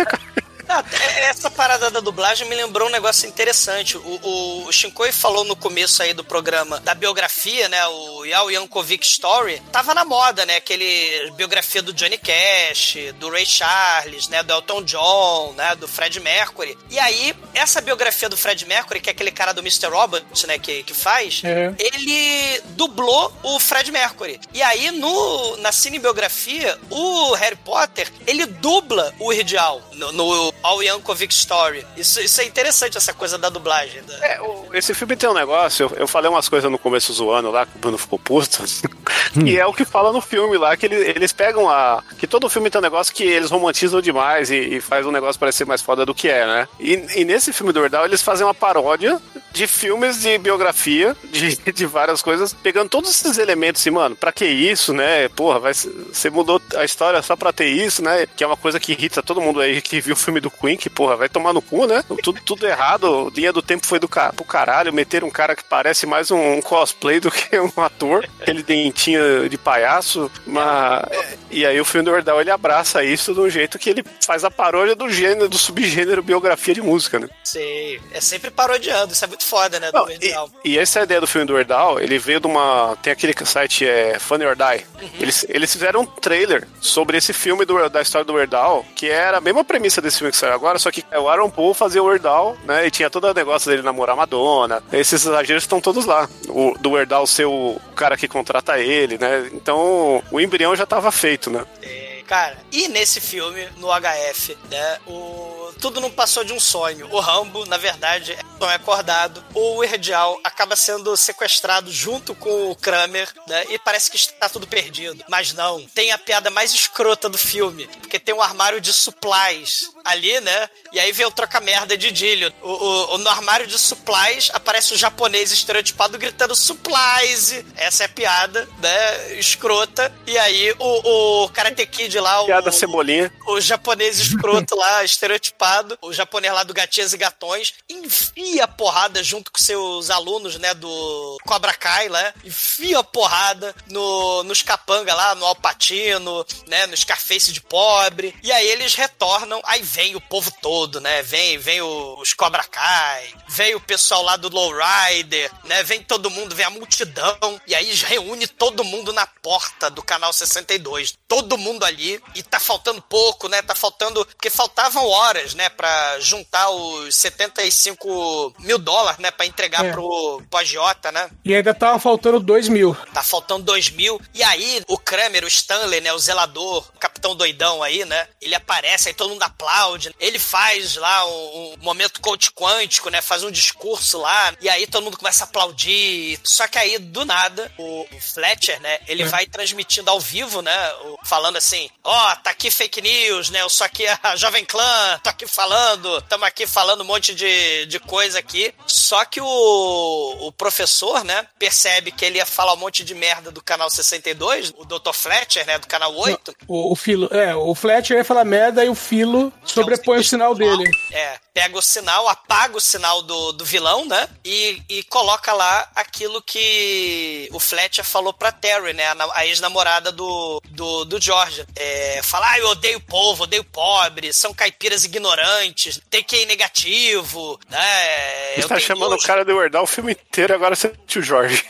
Essa parada da dublagem me lembrou um negócio interessante. O Shinkoi falou no começo aí do programa da biografia, né? O Yao Yankovic Story. Tava na moda, né? Aquele biografia do Johnny Cash, do Ray Charles, né? Do Elton John, né? Do Fred Mercury. E aí, essa biografia do Fred Mercury, que é aquele cara do Mr. Robot, né? Que faz, ele dublou o Fred Mercury. E aí, na cinebiografia, o Harry Potter, ele dubla o Weird Al no Al Yankovic Story. Isso é interessante, essa coisa da dublagem. Esse filme tem um negócio, eu falei umas coisas no começo zoando lá, que o Bruno ficou puto, e é o que fala no filme lá, que eles pegam que todo filme tem um negócio que eles romantizam demais e faz um negócio parecer mais foda do que é, né? E nesse filme do Weird Al, eles fazem uma paródia de filmes de biografia, de várias coisas, pegando todos esses elementos assim, mano, pra que isso, né? Porra, você mudou a história só pra ter isso, né? Que é uma coisa que irrita todo mundo aí que viu o filme do Queen, que, porra, vai tomar no cu, né? Tudo errado, linha do tempo foi pro caralho, meter um cara que parece mais um cosplay do que um ator, aquele dentinho de palhaço, e aí o filme do Weird Al, ele abraça isso de um jeito que ele faz a paródia do gênero, do subgênero biografia de música, né? Sim, é sempre parodiando, isso é muito foda, né? Do Weird Al. E essa ideia do filme do Weird Al, ele veio de tem aquele site, Funny or Die, eles fizeram um trailer sobre esse filme da história do Weird Al, que era a mesma premissa desse filme que saiu agora, só que o Aaron Paul fazia o Weird Al, né, e tinha todo o negócio dele namorar Madonna, esses exageros estão todos lá, do Weird Al ser o cara que contrata ele, né, então o embrião já estava feito, né. Cara, e nesse filme, no HF, né, tudo não passou de um sonho. O Rambo, na verdade, é um sonho acordado. O Weird Al acaba sendo sequestrado junto com o Kramer, né, e parece que está tudo perdido. Mas não, tem a piada mais escrota do filme, porque tem um armário de supplies ali, né, e aí vem o troca-merda de Dillion. No armário de supplies aparece o japonês estereotipado gritando supplies. Essa é a piada, né, escrota. E aí o Karate Kid lá, piada cebolinha. O japonês escroto lá, estereotipado, ocupado, o japonês lá do Gatinhas e Gatões enfia a porrada junto com seus alunos, né, do Cobra Kai, né, enfia a porrada nos capanga lá, no Al Pacino, né, no Scarface de pobre, e aí eles retornam, aí vem o povo todo, né, vem os Cobra Kai, vem o pessoal lá do Lowrider, né, vem todo mundo, vem a multidão, e aí reúne todo mundo na porta do Canal 62, todo mundo ali, e tá faltando pouco, né, porque faltavam horas, né, pra juntar os $75 mil, né, pra entregar pro agiota, né. E ainda tava faltando 2 mil. Tá faltando 2 mil, e aí o Kramer, o Stanley, né, o zelador, o capitão doidão aí, né, ele aparece, aí todo mundo aplaude, ele faz lá um momento coach quântico, né, faz um discurso lá, e aí todo mundo começa a aplaudir, só que aí, do nada, o Fletcher, né, ele vai transmitindo ao vivo, né, falando assim, tá aqui fake news, né, eu sou aqui a Jovem Clã, tô aqui falando, tamo aqui falando um monte de coisa aqui, só que o professor, né, percebe que ele ia falar um monte de merda do Canal 62, o Dr. Fletcher, né, do Canal 8. O Fletcher ia falar merda e o Filo sobrepõe o sinal dele. Pega o sinal, apaga o sinal do vilão, né, e coloca lá aquilo que o Fletcher falou pra Terry, né, a ex-namorada do George. Falar, eu odeio o povo, odeio o pobre, são caipiras ignorantes, tem QI negativo, né. Você tá chamando o cara de Wordal o filme inteiro, agora você é o Jorge.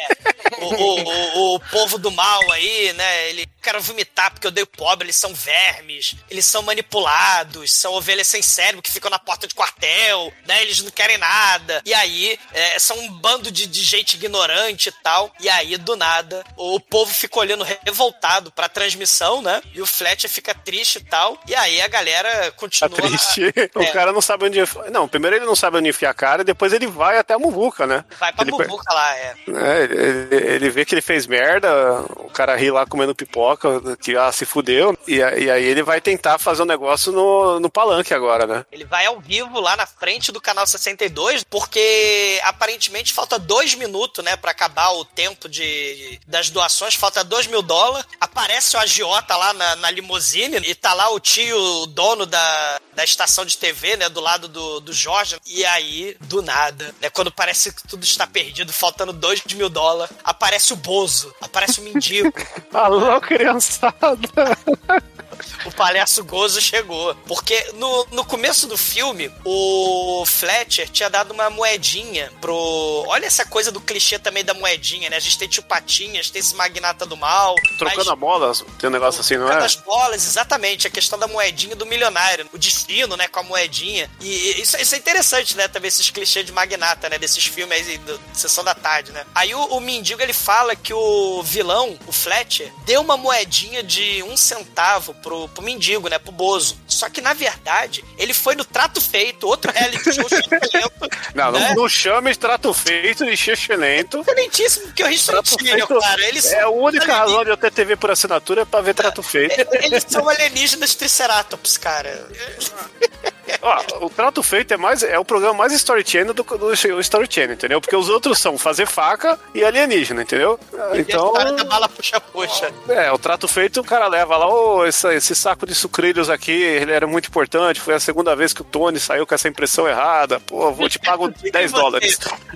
O povo do mal aí, né, ele quer vomitar porque eu odeio o pobre, eles são vermes, eles são manipulados, são ovelhas sem cérebro que ficam na porta de quartel, né, eles não querem nada, e aí são um bando de gente ignorante e tal, e aí do nada o povo fica olhando revoltado pra transmissão, né, e o Fletcher fica triste e tal, e aí a galera continua... Tá triste, o cara não sabe onde... Não, primeiro ele não sabe onde enfiar a cara, depois ele vai até a Muvuca, né? Vai pra Muvuca lá, ele vê que ele fez merda, o cara ri lá comendo pipoca, que se fudeu, e aí ele vai tentar fazer um negócio no palanque agora, né? Ele vai ao vivo lá na frente do Canal 62, porque aparentemente falta 2 minutos, né, pra acabar o tempo das doações, falta $2 mil, aparece o agiota lá na limusine, e tá lá o tio, o dono da estação de TV, né, do lado do Jorge, e aí, do nada, né, quando parece que tudo está perdido, faltando $2 mil, aparece o Bozo, aparece o mendigo. Alô, criançada! O palhaço Gozo chegou. Porque no começo do filme, o Fletcher tinha dado uma moedinha pro... Olha essa coisa do clichê também da moedinha, né? A gente tem tio Patinhas, tem esse magnata do mal. Trocando a bola, tem um negócio assim, não é? Trocando as bolas, exatamente. A questão da moedinha do milionário. O destino, né? Com a moedinha. E isso é interessante, né? Também esses clichês de magnata, né? Desses filmes aí de Sessão da Tarde, né? Aí o mendigo, ele fala que o vilão, o Fletcher, deu uma moedinha de 1 centavo pro mendigo, né, pro Bozo. Só que, na verdade, ele foi no Trato Feito, outro reality show xixelento. Não chame de Trato Feito de xixelento. Excelentíssimo, porque eu restringiria, cara. Eles a única razão de eu ter TV por assinatura é pra ver Trato Feito. Eles são alienígenas triceratops, cara. O Trato Feito é o programa mais Story Channel do Story Channel, entendeu? Porque os outros são fazer faca e alienígena, entendeu? Então... O cara da bala puxa-puxa. O Trato Feito, o cara leva lá, esse saco de sucrilhos aqui, ele era muito importante, foi a segunda vez que o Tony saiu com essa impressão errada, vou te pago $10.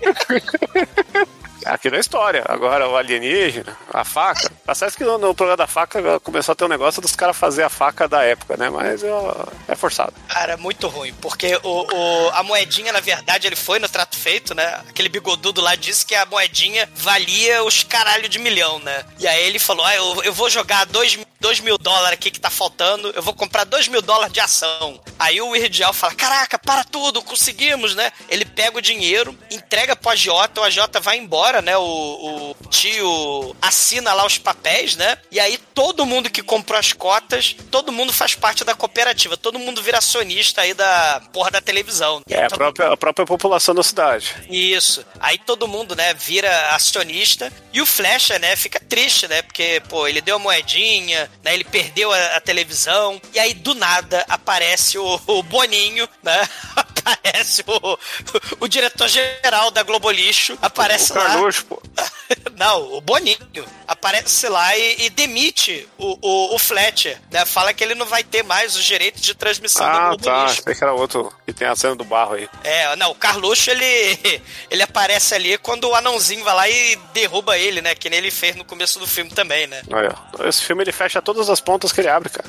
Aqui na história. Agora o alienígena, a faca. Parece que no programa da faca começou a ter um negócio dos caras fazer a faca da época, né? Mas é forçado. Cara, é muito ruim, porque a moedinha, na verdade, ele foi no Trato Feito, né? Aquele bigodudo lá disse que a moedinha valia os caralho de milhão, né? E aí ele falou, eu vou jogar $2 mil aqui que tá faltando, eu vou comprar $2 mil de ação. Aí o Weird Al fala, caraca, para tudo, conseguimos, né? Ele pega o dinheiro, entrega pro agiota, o agiota vai embora, né? O tio assina lá os papéis, né? E aí todo mundo que comprou as cotas, todo mundo faz parte da cooperativa, todo mundo vira acionista aí da porra da televisão. A própria população da cidade. Isso. Aí todo mundo, né, vira acionista e o Fletcher, né, fica triste, né? Porque, ele deu a moedinha, né? Ele perdeu a televisão e aí do nada aparece o Boninho, né? Aparece o diretor-geral da Globo Lixo, aparece o Carluxo, pô. Não, o Boninho aparece lá e demite o Fletcher, né? Fala que ele não vai ter mais os direitos de transmissão do Globo tá. Lixo. Achei que era outro que tem a cena do barro aí. Não, o Carluxo, ele aparece ali quando o anãozinho vai lá e derruba ele, né? Que nem ele fez no começo do filme também, né? Olha, esse filme ele fecha todas as pontas que ele abre, cara.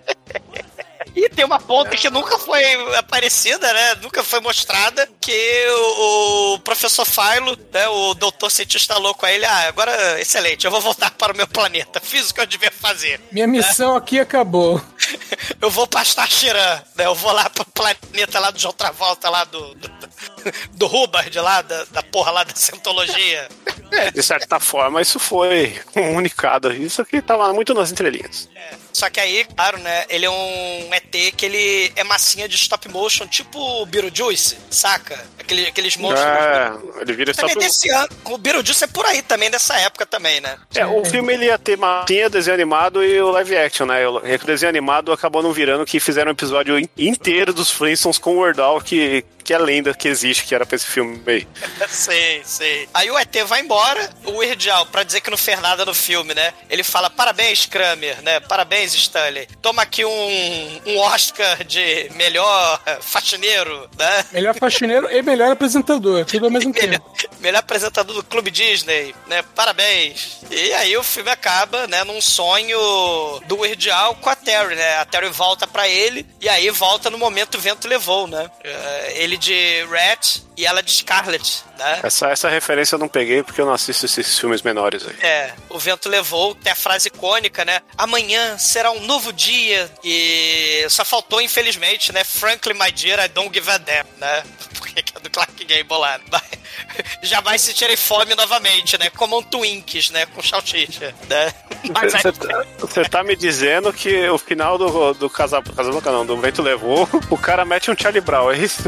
E tem uma ponta que nunca foi aparecida, né? Nunca foi mostrada, que o professor Philo, né? O doutor cientista louco aí, ele, agora, excelente, eu vou voltar para o meu planeta. Fiz o que eu devia fazer. Minha missão aqui acabou. Eu vou pra Starchiran, né? Eu vou lá pro planeta lá do John Travolta, lá do Hubbard, lá, da porra lá da Scientologia. De certa forma, isso foi comunicado. Isso aqui tava muito nas entrelinhas. Só que aí, claro, né, ele é um ET que ele é massinha de stop motion, tipo o Beetlejuice, saca? Aqueles monstros. Ele vira também stop desse ano. O Beetlejuice é por aí também, dessa época também, né? O filme ele ia ter massinha, desenho animado e o live action, né? O desenho animado acabou não virando, que fizeram um episódio inteiro dos Flintstones com o Wordal, que é a lenda que existe, que era pra esse filme aí. Sei. Aí o ET vai embora, o Weird Al, pra dizer que não fez nada no filme, né? Ele fala, parabéns, Kramer, né? Parabéns, Stanley. Toma aqui um Oscar de melhor faxineiro, né? Melhor faxineiro e melhor apresentador, tudo ao mesmo tempo. Melhor apresentador do Clube Disney, né? Parabéns. E aí o filme acaba, né, num sonho do Weird Al com a Terry, né? A Terry volta pra ele, e aí volta no momento o vento levou, né? Ele de Rat e ela de Scarlet, né? Essa referência eu não peguei porque eu não assisto esses filmes menores aí. O vento levou, tem a frase icônica, né? Amanhã será um novo dia. E só faltou, infelizmente, né? Frankly, my dear, I don't give a damn, né? Porque é do Clark Gable lá. Jamais se tirei fome novamente, né? Comam Twinkies, né? Com salsicha, né? Você tá me dizendo que o final do Casablanca não, do Vento Levou, o cara mete um Charlie Brown, é isso?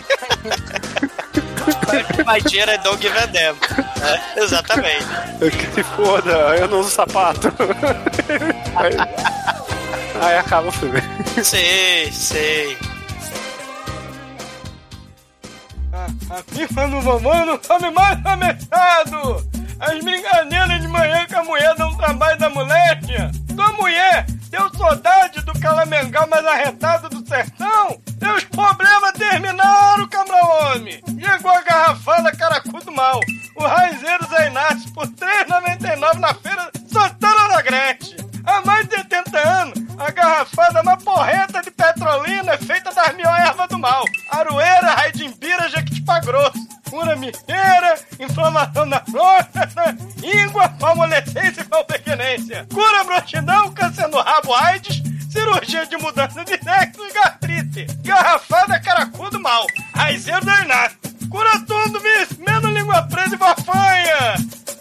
My dear, I don't give a damn. Exatamente. Que se foda, eu não uso sapato. Aí acaba o filme. Sei. A FIFA do mamãe não come mais amessado. As brincadeiras de manhã que a mulher dá um trabalho da moleque. Tua mulher deu saudade do calamengão mais arretado do sertão? Teus problemas terminaram, cabra-homem. Chegou a garrafada Caracudo Mal. O raizeiro Zé Inácio por R$ 3,99 na feira Santana da Grete. Há mais de 80 anos, a garrafada mais porreta de petrolina é feita das melhores ervas do mal. Aroeira, raidimbira, jequitipá grosso. Cura mineira, inflamação da próstata, íngua, palmolescência e palpequenência. Cura broxidão, câncer no rabo, AIDS, cirurgia de mudança de sexo e gastrite. Garrafada Caracudo Mal. Raizeiro da Inácio. Cura tudo, vice, menos língua presa e bafanha.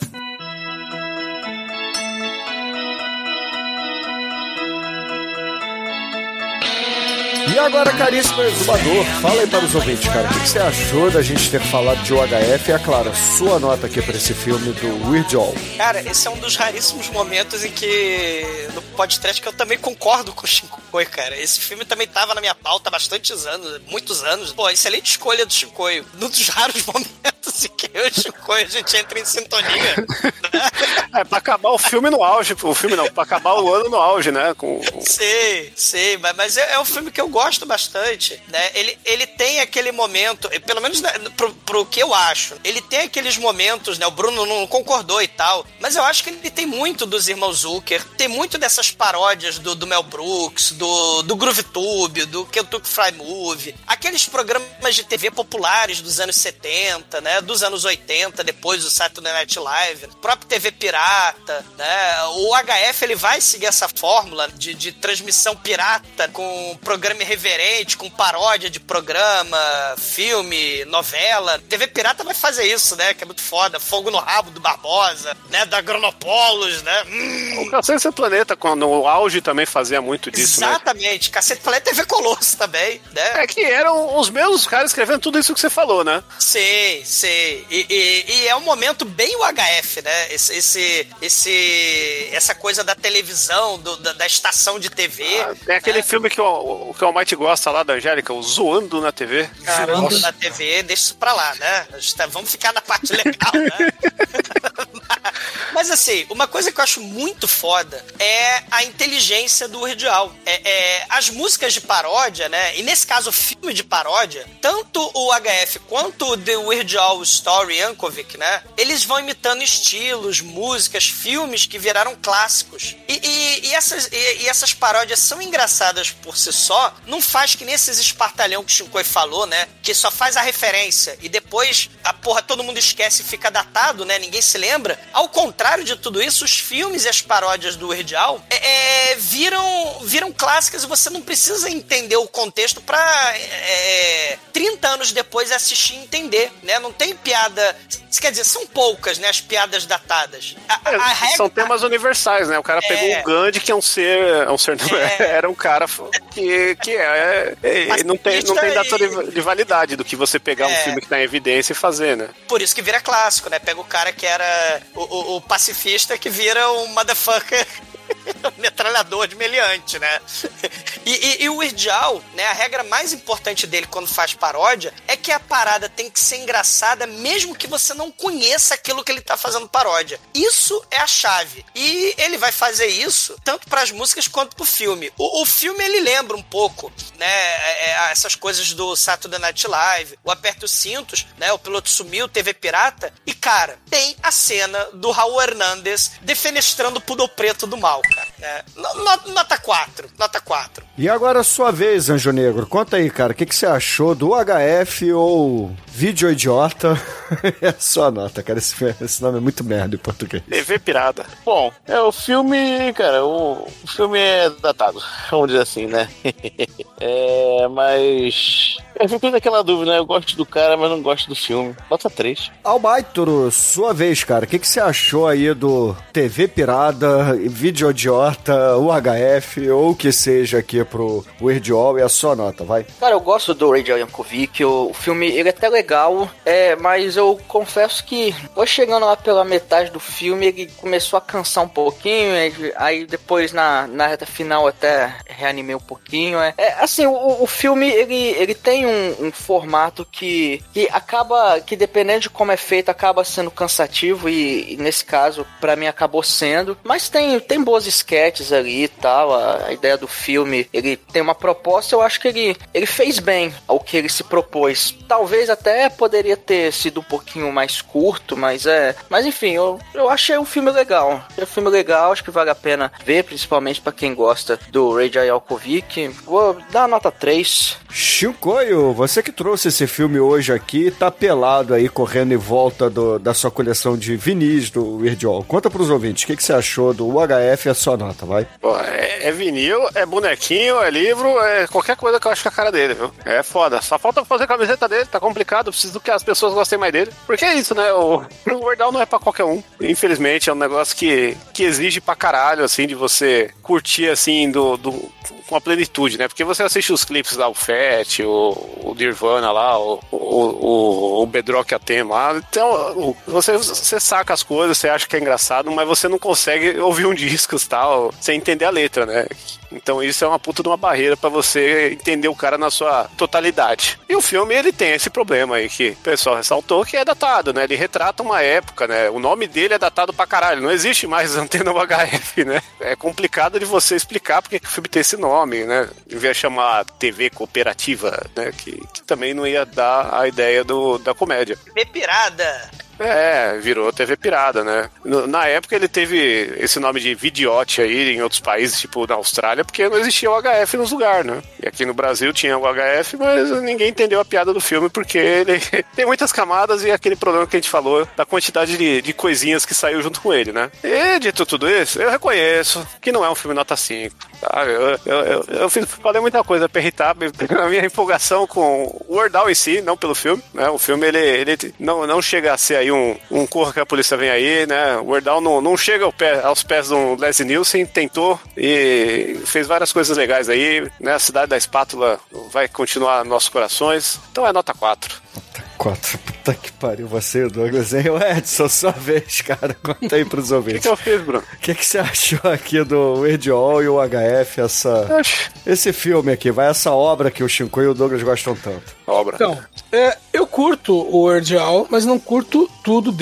E agora, caríssimo exumador, fala aí para os ouvintes, cara, o que você achou da gente ter falado de UHF? E, é claro, a sua nota aqui para esse filme do Weird Al. Cara, esse é um dos raríssimos momentos em que, no podcast, que eu também concordo com o Shinkoio, cara. Esse filme também tava na minha pauta há bastantes anos, muitos anos. Pô, excelente escolha do Shinkoio. Num dos raros momentos em que eu e o Shinkoio, a gente entra em sintonia. Pra acabar o filme no auge, pra acabar o ano no auge, né? Sei, mas é um filme que eu gosto bastante, né? Ele tem aquele momento, pelo menos pro que eu acho, ele tem aqueles momentos, né? O Bruno não concordou e tal, mas eu acho que ele tem muito dos irmãos Zucker, tem muito dessas paródias do Mel Brooks, do GrooveTube, do Kentucky Fried Movie, aqueles programas de TV populares dos anos 70, né? Dos anos 80, depois do Saturday Night Live, próprio TV pirata, né? O HF, ele vai seguir essa fórmula de transmissão pirata com programa irreverente, com paródia de programa, filme, novela. TV pirata vai fazer isso, né? Que é muito foda. Fogo no Rabo do Barbosa, né? Da Agronopolos, né? O Cacete Planeta, no auge, também fazia muito disso, Exatamente. Né? Cacete Planeta TV Colosso também, né? É que eram os mesmos caras escrevendo tudo isso que você falou, né? Sei. E é um momento bem UHF, né? Essa coisa da televisão, da estação de TV. Tem aquele filme que o Almighty gosta lá da Angélica, o Zoando na TV. Zoando na TV, deixa isso pra lá, né? Vamos ficar na parte legal, né? Mas assim, uma coisa que eu acho muito foda é a inteligência do Weird Al. As músicas de paródia, né? E nesse caso, o filme de paródia, tanto o HF quanto o The Weird Al Story Yankovic, né? Eles vão imitando estilos, músicas, filmes que viraram clássicos. E essas paródias são engraçadas por si só, não faz que nesses espartalhão que o Shinkoi falou, né? Que só faz a referência e depois a porra todo mundo esquece e fica datado, né? Ninguém se lembra. Ao contrário de tudo isso, os filmes e as paródias do Weird Al viram clássicas e você não precisa entender o contexto pra 30 anos depois assistir e entender, né? Não tem piada... Quer dizer, são poucas, né? As piadas datadas. São temas universais, né? O cara pegou o Gandhi, que é um ser era um cara que não tem data de validade do que você pegar um filme que tá em evidência e fazer, né? Por isso que vira clássico, né? Pega o cara que era o pacifista que vira um motherfucker metralhador de meliante, né? E o Weird Al, né? A regra mais importante dele quando faz paródia é que a parada tem que ser engraçada mesmo que você não conheça aquilo que ele tá fazendo paródia. Isso é a chave. E ele vai fazer isso tanto pras músicas quanto pro filme. O filme, ele lembra um pouco, né? Essas coisas do Saturday Night Live, o Aperta os Cintos, né? O Piloto Sumiu, TV Pirata. E, cara, tem a cena do Raul Hernandez defenestrando o Poodle Preto do mal, cara. Nota 4. Nota 4. E agora a sua vez, Anjo Negro. Conta aí, cara, o que você achou do HF ou Vídeo Idiota? É a sua nota, cara. Esse nome é muito merda em português. TV Pirata. Bom, o filme, cara, o filme é datado, vamos dizer assim, né? Mas... eu fico com aquela dúvida, né? Eu gosto do cara, mas não gosto do filme. Nota 3. Albaitoro, sua vez, cara. O que você achou aí do TV Pirata, Vídeo Idiota, UHF, ou o que seja aqui pro Weird Al, e a sua nota, vai? Cara, eu gosto do Weird Al Yankovic. O filme, ele é até legal, mas eu confesso que foi chegando lá pela metade do filme, ele começou a cansar um pouquinho, aí depois na reta final até reanimei um pouquinho. Assim, o filme, ele tem um formato que acaba, que dependendo de como é feito, acaba sendo cansativo e nesse caso, pra mim, acabou sendo. Mas tem boas sketches ali e tal. A ideia do filme, ele tem uma proposta, eu acho que ele fez bem ao que ele se propôs. Talvez até poderia ter sido um pouquinho mais curto, mas enfim, eu achei um filme legal. Acho que vale a pena ver, principalmente pra quem gosta do Weird Al Yankovic. Vou dar a nota 3. Shinkoio, você que trouxe esse filme hoje aqui, tá pelado aí, correndo em volta da sua coleção de vinis do Weird Al. Conta pros ouvintes, o que você achou do UHF e a sua nota, vai? Pô, é vinil, é bonequinho, é livro, é qualquer coisa que eu acho que é a cara dele, viu? É foda. Só falta fazer a camiseta dele, tá complicado, preciso que as pessoas gostem mais dele. Porque é isso, né? O Weird Al não é pra qualquer um. Infelizmente, é um negócio que exige pra caralho, assim, de você curtir, assim, com a plenitude, né? Porque você assiste os clipes lá, o Fat, o Nirvana lá, o Bedrock Atem lá, então você saca as coisas, você acha que é engraçado, mas você não consegue ouvir um disco e tal, sem entender a letra, né? Então isso é uma puta de uma barreira pra você entender o cara na sua totalidade. E o filme, ele tem esse problema aí que o pessoal ressaltou, que é datado, né? Ele retrata uma época, né? O nome dele é datado pra caralho, não existe mais Antena UHF, né? É complicado de você explicar porque que o filme tem esse nome, né? Devia chamar TV Cooperativa, né? Que também não ia dar a ideia da comédia. TV Pirada! Virou TV Pirada, né? Na época ele teve esse nome de Vidiote aí em outros países, tipo na Austrália, porque não existia o HF nos lugares, né? E aqui no Brasil tinha o HF, mas ninguém entendeu a piada do filme, porque ele tem muitas camadas e aquele problema que a gente falou da quantidade de coisinhas que saiu junto com ele, né? E dito tudo isso, eu reconheço que não é um filme nota 5. Tá? Eu falei muita coisa pra irritar a minha empolgação com o Weird Al em si, não pelo filme, né? O filme, ele não chega a ser aí um corra que a polícia vem aí, né? O Weird Al não chega aos pés do Leslie Nielsen, tentou e fez várias coisas legais aí, né? A Cidade da Espátula vai continuar nos nossos corações, então é nota 4. 4, puta que pariu, você, Douglas, hein? O Edson, sua vez, cara, conta aí pros ouvintes. O que eu fiz, Bruno? O que você achou aqui do Weird Al e o HF, esse filme aqui, essa obra que o Shinko e o Douglas gostam tanto? Obra. Então, eu curto o Weird Al, mas não curto tudo dele.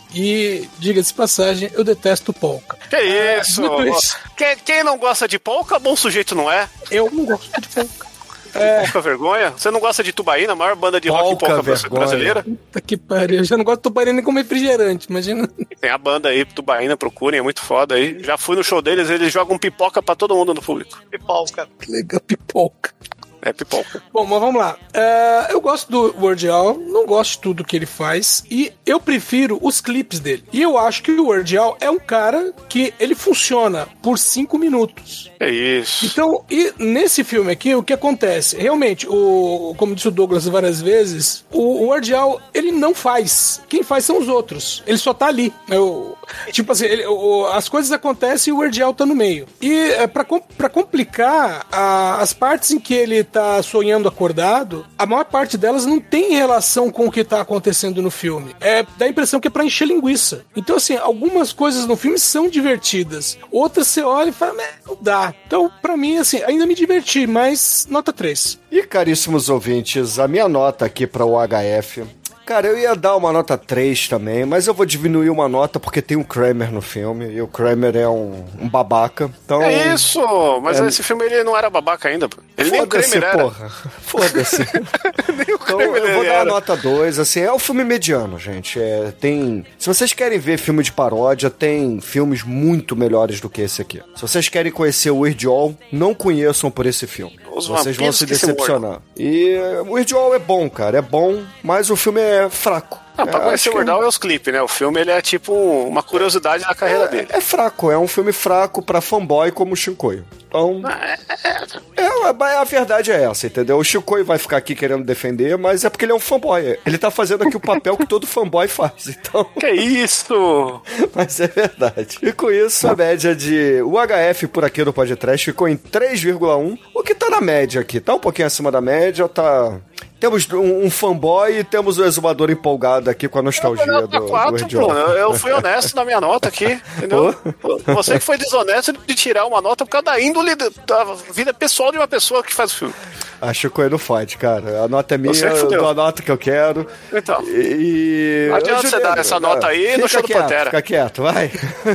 E, diga-se de passagem, eu detesto polka. Que isso? Quem não gosta de polka, bom sujeito não é? Eu não gosto de polka. Pouca vergonha. Você não gosta de Tubaína, a maior banda de rock polka brasileira? Puta que pariu. Eu já não gosto de Tubaína nem como refrigerante, imagina. Tem a banda aí, Tubaína, procurem, é muito foda aí. Já fui no show deles, eles jogam pipoca pra todo mundo no público. Pipoca. Que legal, pipoca. É pipoca. Bom, mas vamos lá. Eu gosto do Weird Al, não gosto de tudo que ele faz, e eu prefiro os clipes dele. E eu acho que o Weird Al é um cara que ele funciona por 5 minutos. É isso. Então, e nesse filme aqui, o que acontece? Realmente, como disse o Douglas várias vezes, o Weird Al, ele não faz. Quem faz são os outros. Ele só tá ali. Tipo assim, as coisas acontecem e o Weird Al tá no meio. E pra complicar, as partes em que ele tá sonhando acordado, a maior parte delas não tem relação com o que tá acontecendo no filme. Dá a impressão que é pra encher linguiça. Então, assim, algumas coisas no filme são divertidas. Outras você olha e fala, não dá. Então, pra mim, assim, ainda me diverti, mas nota 3. E, caríssimos ouvintes, a minha nota aqui pra o HF... Cara, eu ia dar uma nota 3 também, mas eu vou diminuir uma nota porque tem o Kramer no filme, e o Kramer é um babaca. Então, é isso, mas esse filme ele não era babaca ainda. Ele nem o Kramer era. Porra. Foda-se. Então eu vou dar uma nota 2, assim, é um filme mediano, gente. Se vocês querem ver filme de paródia, tem filmes muito melhores do que esse aqui. Se vocês querem conhecer o Weird Al, não conheçam por esse filme. Vocês vão se decepcionar. E o Weird Al é bom, cara, é bom, mas o filme é fraco. Pra conhecer o Weird Al é os clipes, né? O filme ele é tipo uma curiosidade da carreira dele. É fraco, é um filme fraco pra fanboy como o Shinkoio. Então, a verdade é essa, entendeu? O Shinkoio vai ficar aqui querendo defender, mas é porque ele é um fanboy. Ele tá fazendo aqui o papel que todo fanboy faz, então... Que isso? Mas é verdade. E com isso, a média de UHF por aqui no podcast ficou em 3,1, o que tá na média aqui. Tá um pouquinho acima da média, tá... Temos um fanboy e temos o exumador empolgado aqui com a nostalgia do 4, Bruno. Eu fui honesto na minha nota aqui, entendeu? Você que foi desonesto de tirar uma nota por causa da índole da vida pessoal de uma pessoa que faz o filme. Acho que não fode, cara. A nota é minha, eu dou a nota que eu quero. Então. Não adianta você dar essa nota aí no show do Pantera. Fica quieto, vai.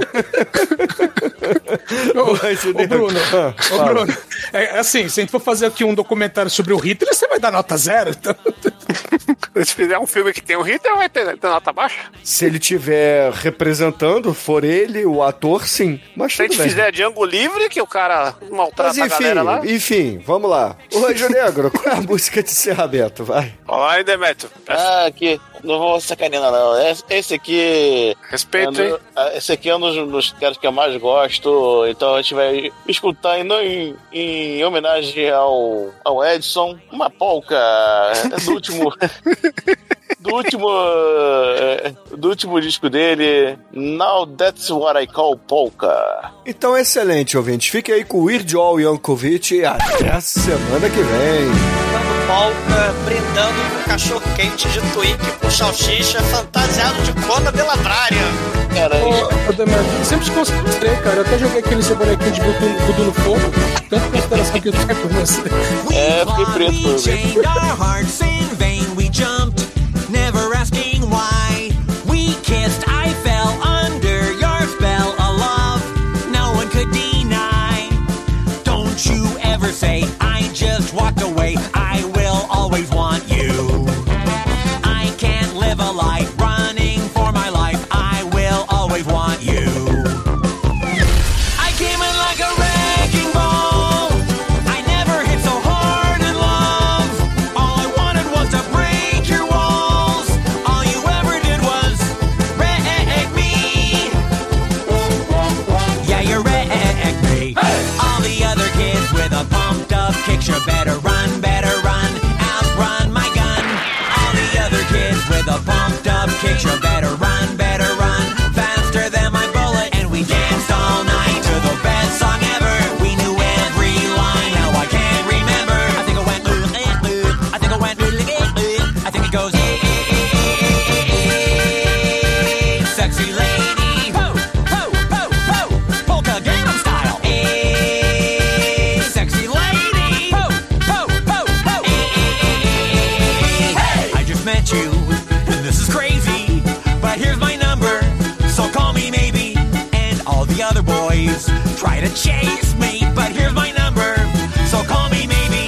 Bruno, assim, se a gente for fazer aqui um documentário sobre o Hitler, você vai dar nota 0? Então... Se fizer um filme que tem o Hitler, vai ter nota baixa? Se ele estiver representando, for ele, o ator, sim. Mas se a gente fizer Django Livre, que o cara maltrata a galera lá. Enfim, vamos lá. Ô, Anjo Negro, qual é a música de encerramento? Vai. Olá, aí, Demetrio. Aqui. Não vou sacanear, não. Esse aqui... Respeito, hein? Esse aqui é um dos caras que eu mais gosto. Então a gente vai escutar em homenagem ao Edson, uma polca do último... do último disco dele, Now That's What I Call Polka. Então, excelente, ouvintes. Fique aí com o Weird Al Yankovic e até a semana que vem. Dando polka, brindando com cachorro quente de Twink com salsicha, fantasiado de Conan de Ladrária. Cara, eu sempre te considerei, cara. Eu até joguei aquele seu bonequinho de Voodoo no fogo. Tanto consideração que eu tenho por você. Fiquei preto. Never asking why. We kissed, I fell under your spell of love. No one could deny. Don't you ever say I just walked away. I will always want you. I can't live a life running for my life. I will always want you. I came in like a wrecking ball. I never hit so hard in love. All I wanted was to break your the other boys try to chase me, but here's my number, so call me maybe.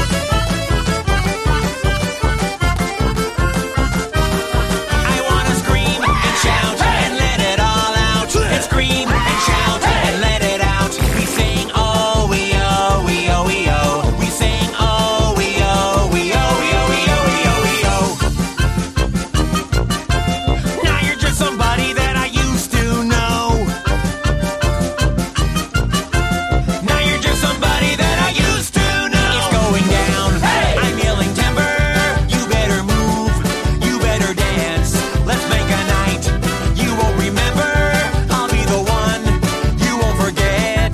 I wanna scream and shout and let it all out, and scream and shout and let it out. We sing oh we oh we oh we oh. We sing oh we oh we oh we oh we oh we oh we oh. Now you're just somebody that I used to know. Now you're just somebody that I used to know. It's going down. I'm yelling timber. You better move. You better dance. Let's make a night you won't remember. I'll be the one you won't forget.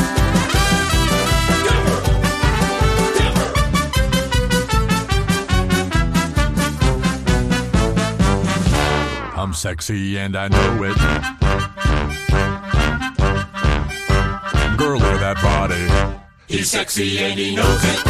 I'm sexy and I know it. Girl, look at that body. He's sexy and he knows it.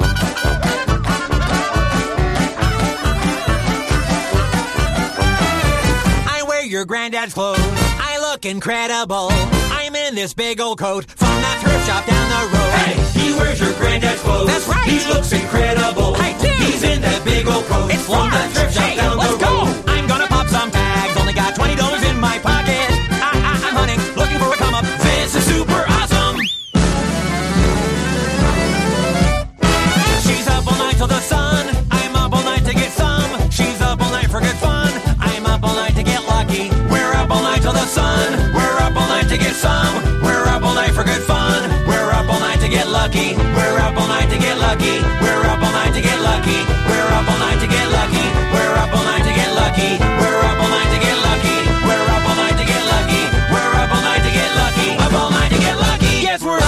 I wear your granddad's clothes. I look incredible. I'm in this big old coat from that thrift shop down the road. Hey, he wears your granddad's clothes. That's right. He looks incredible. I do. He's in that big old coat from that thrift shop down the road. I'm gonna pop some tags. Only got $20 in my pocket. I'm hunting, looking for a come up. This is super awesome. She's up all night till the sun. I'm up all night to get some. She's up all night for good fun. I'm up all night to get lucky. We're up all night till the sun. We're up all night to get some. We're up all night for good fun. We're up all night to get lucky. We're up all night to get lucky. We're up all night to get lucky. We're up all night to get lucky. We're up all night to get lucky. We're up all night to get lucky. We're up all night to get lucky. We're up all night to get lucky. Up all night to get lucky. Yes, we're up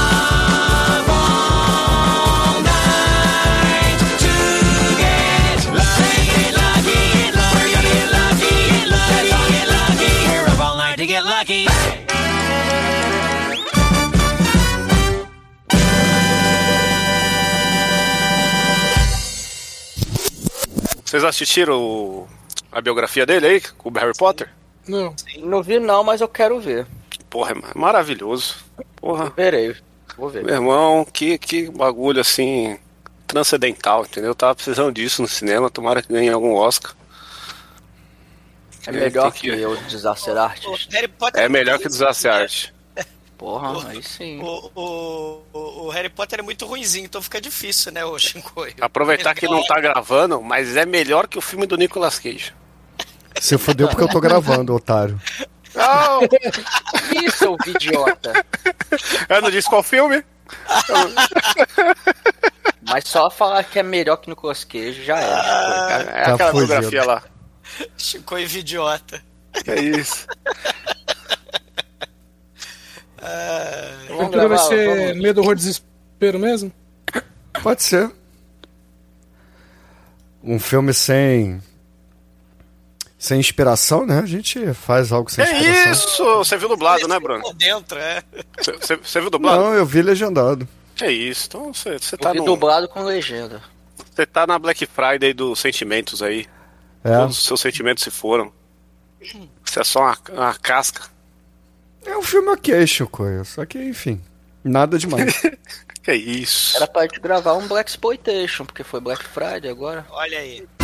all night to get lucky. Get lucky. Get lucky. Get lucky. Get lucky. Get lucky. We're up all night to get lucky. Vocês assistiram a biografia dele aí, com o Harry Potter? Não. Não vi não, mas eu quero ver. Porra, é maravilhoso. Porra. Verei. Vou ver. Meu irmão, que bagulho assim, transcendental, entendeu? Eu tava precisando disso no cinema, tomara que ganhe algum Oscar. É melhor que o Disaster Artist. Harry Potter É melhor que o Disaster Art. Porra, aí sim. O Harry Potter é muito ruinzinho, então fica difícil, né, o Shinkoi? Aproveitar que não tá gravando, mas é melhor que o filme do Nicolas Cage. Você fodeu porque eu tô gravando, otário. Não! Isso, ô idiota. Eu não disse qual filme? Mas só falar que é melhor que Nicolas Cage já é. É aquela biografia lá. Shinkoi idiota. É isso. A aventura vai ser medo, horror, desespero mesmo? Pode ser. Um filme sem inspiração, né? A gente faz algo sem inspiração. É isso! Você viu dublado, né, Bruno? Por dentro, é. Você viu dublado? Não, eu vi legendado. É isso. Então você tá no... dublado com legenda. Você tá na Black Friday dos sentimentos aí. É. Todos os seus sentimentos se foram. Você é só uma casca. É um filme ok, Chicoio. Só que, enfim, nada demais. Que isso? Era pra gente gravar um Black Exploitation, porque foi Black Friday agora. Olha aí.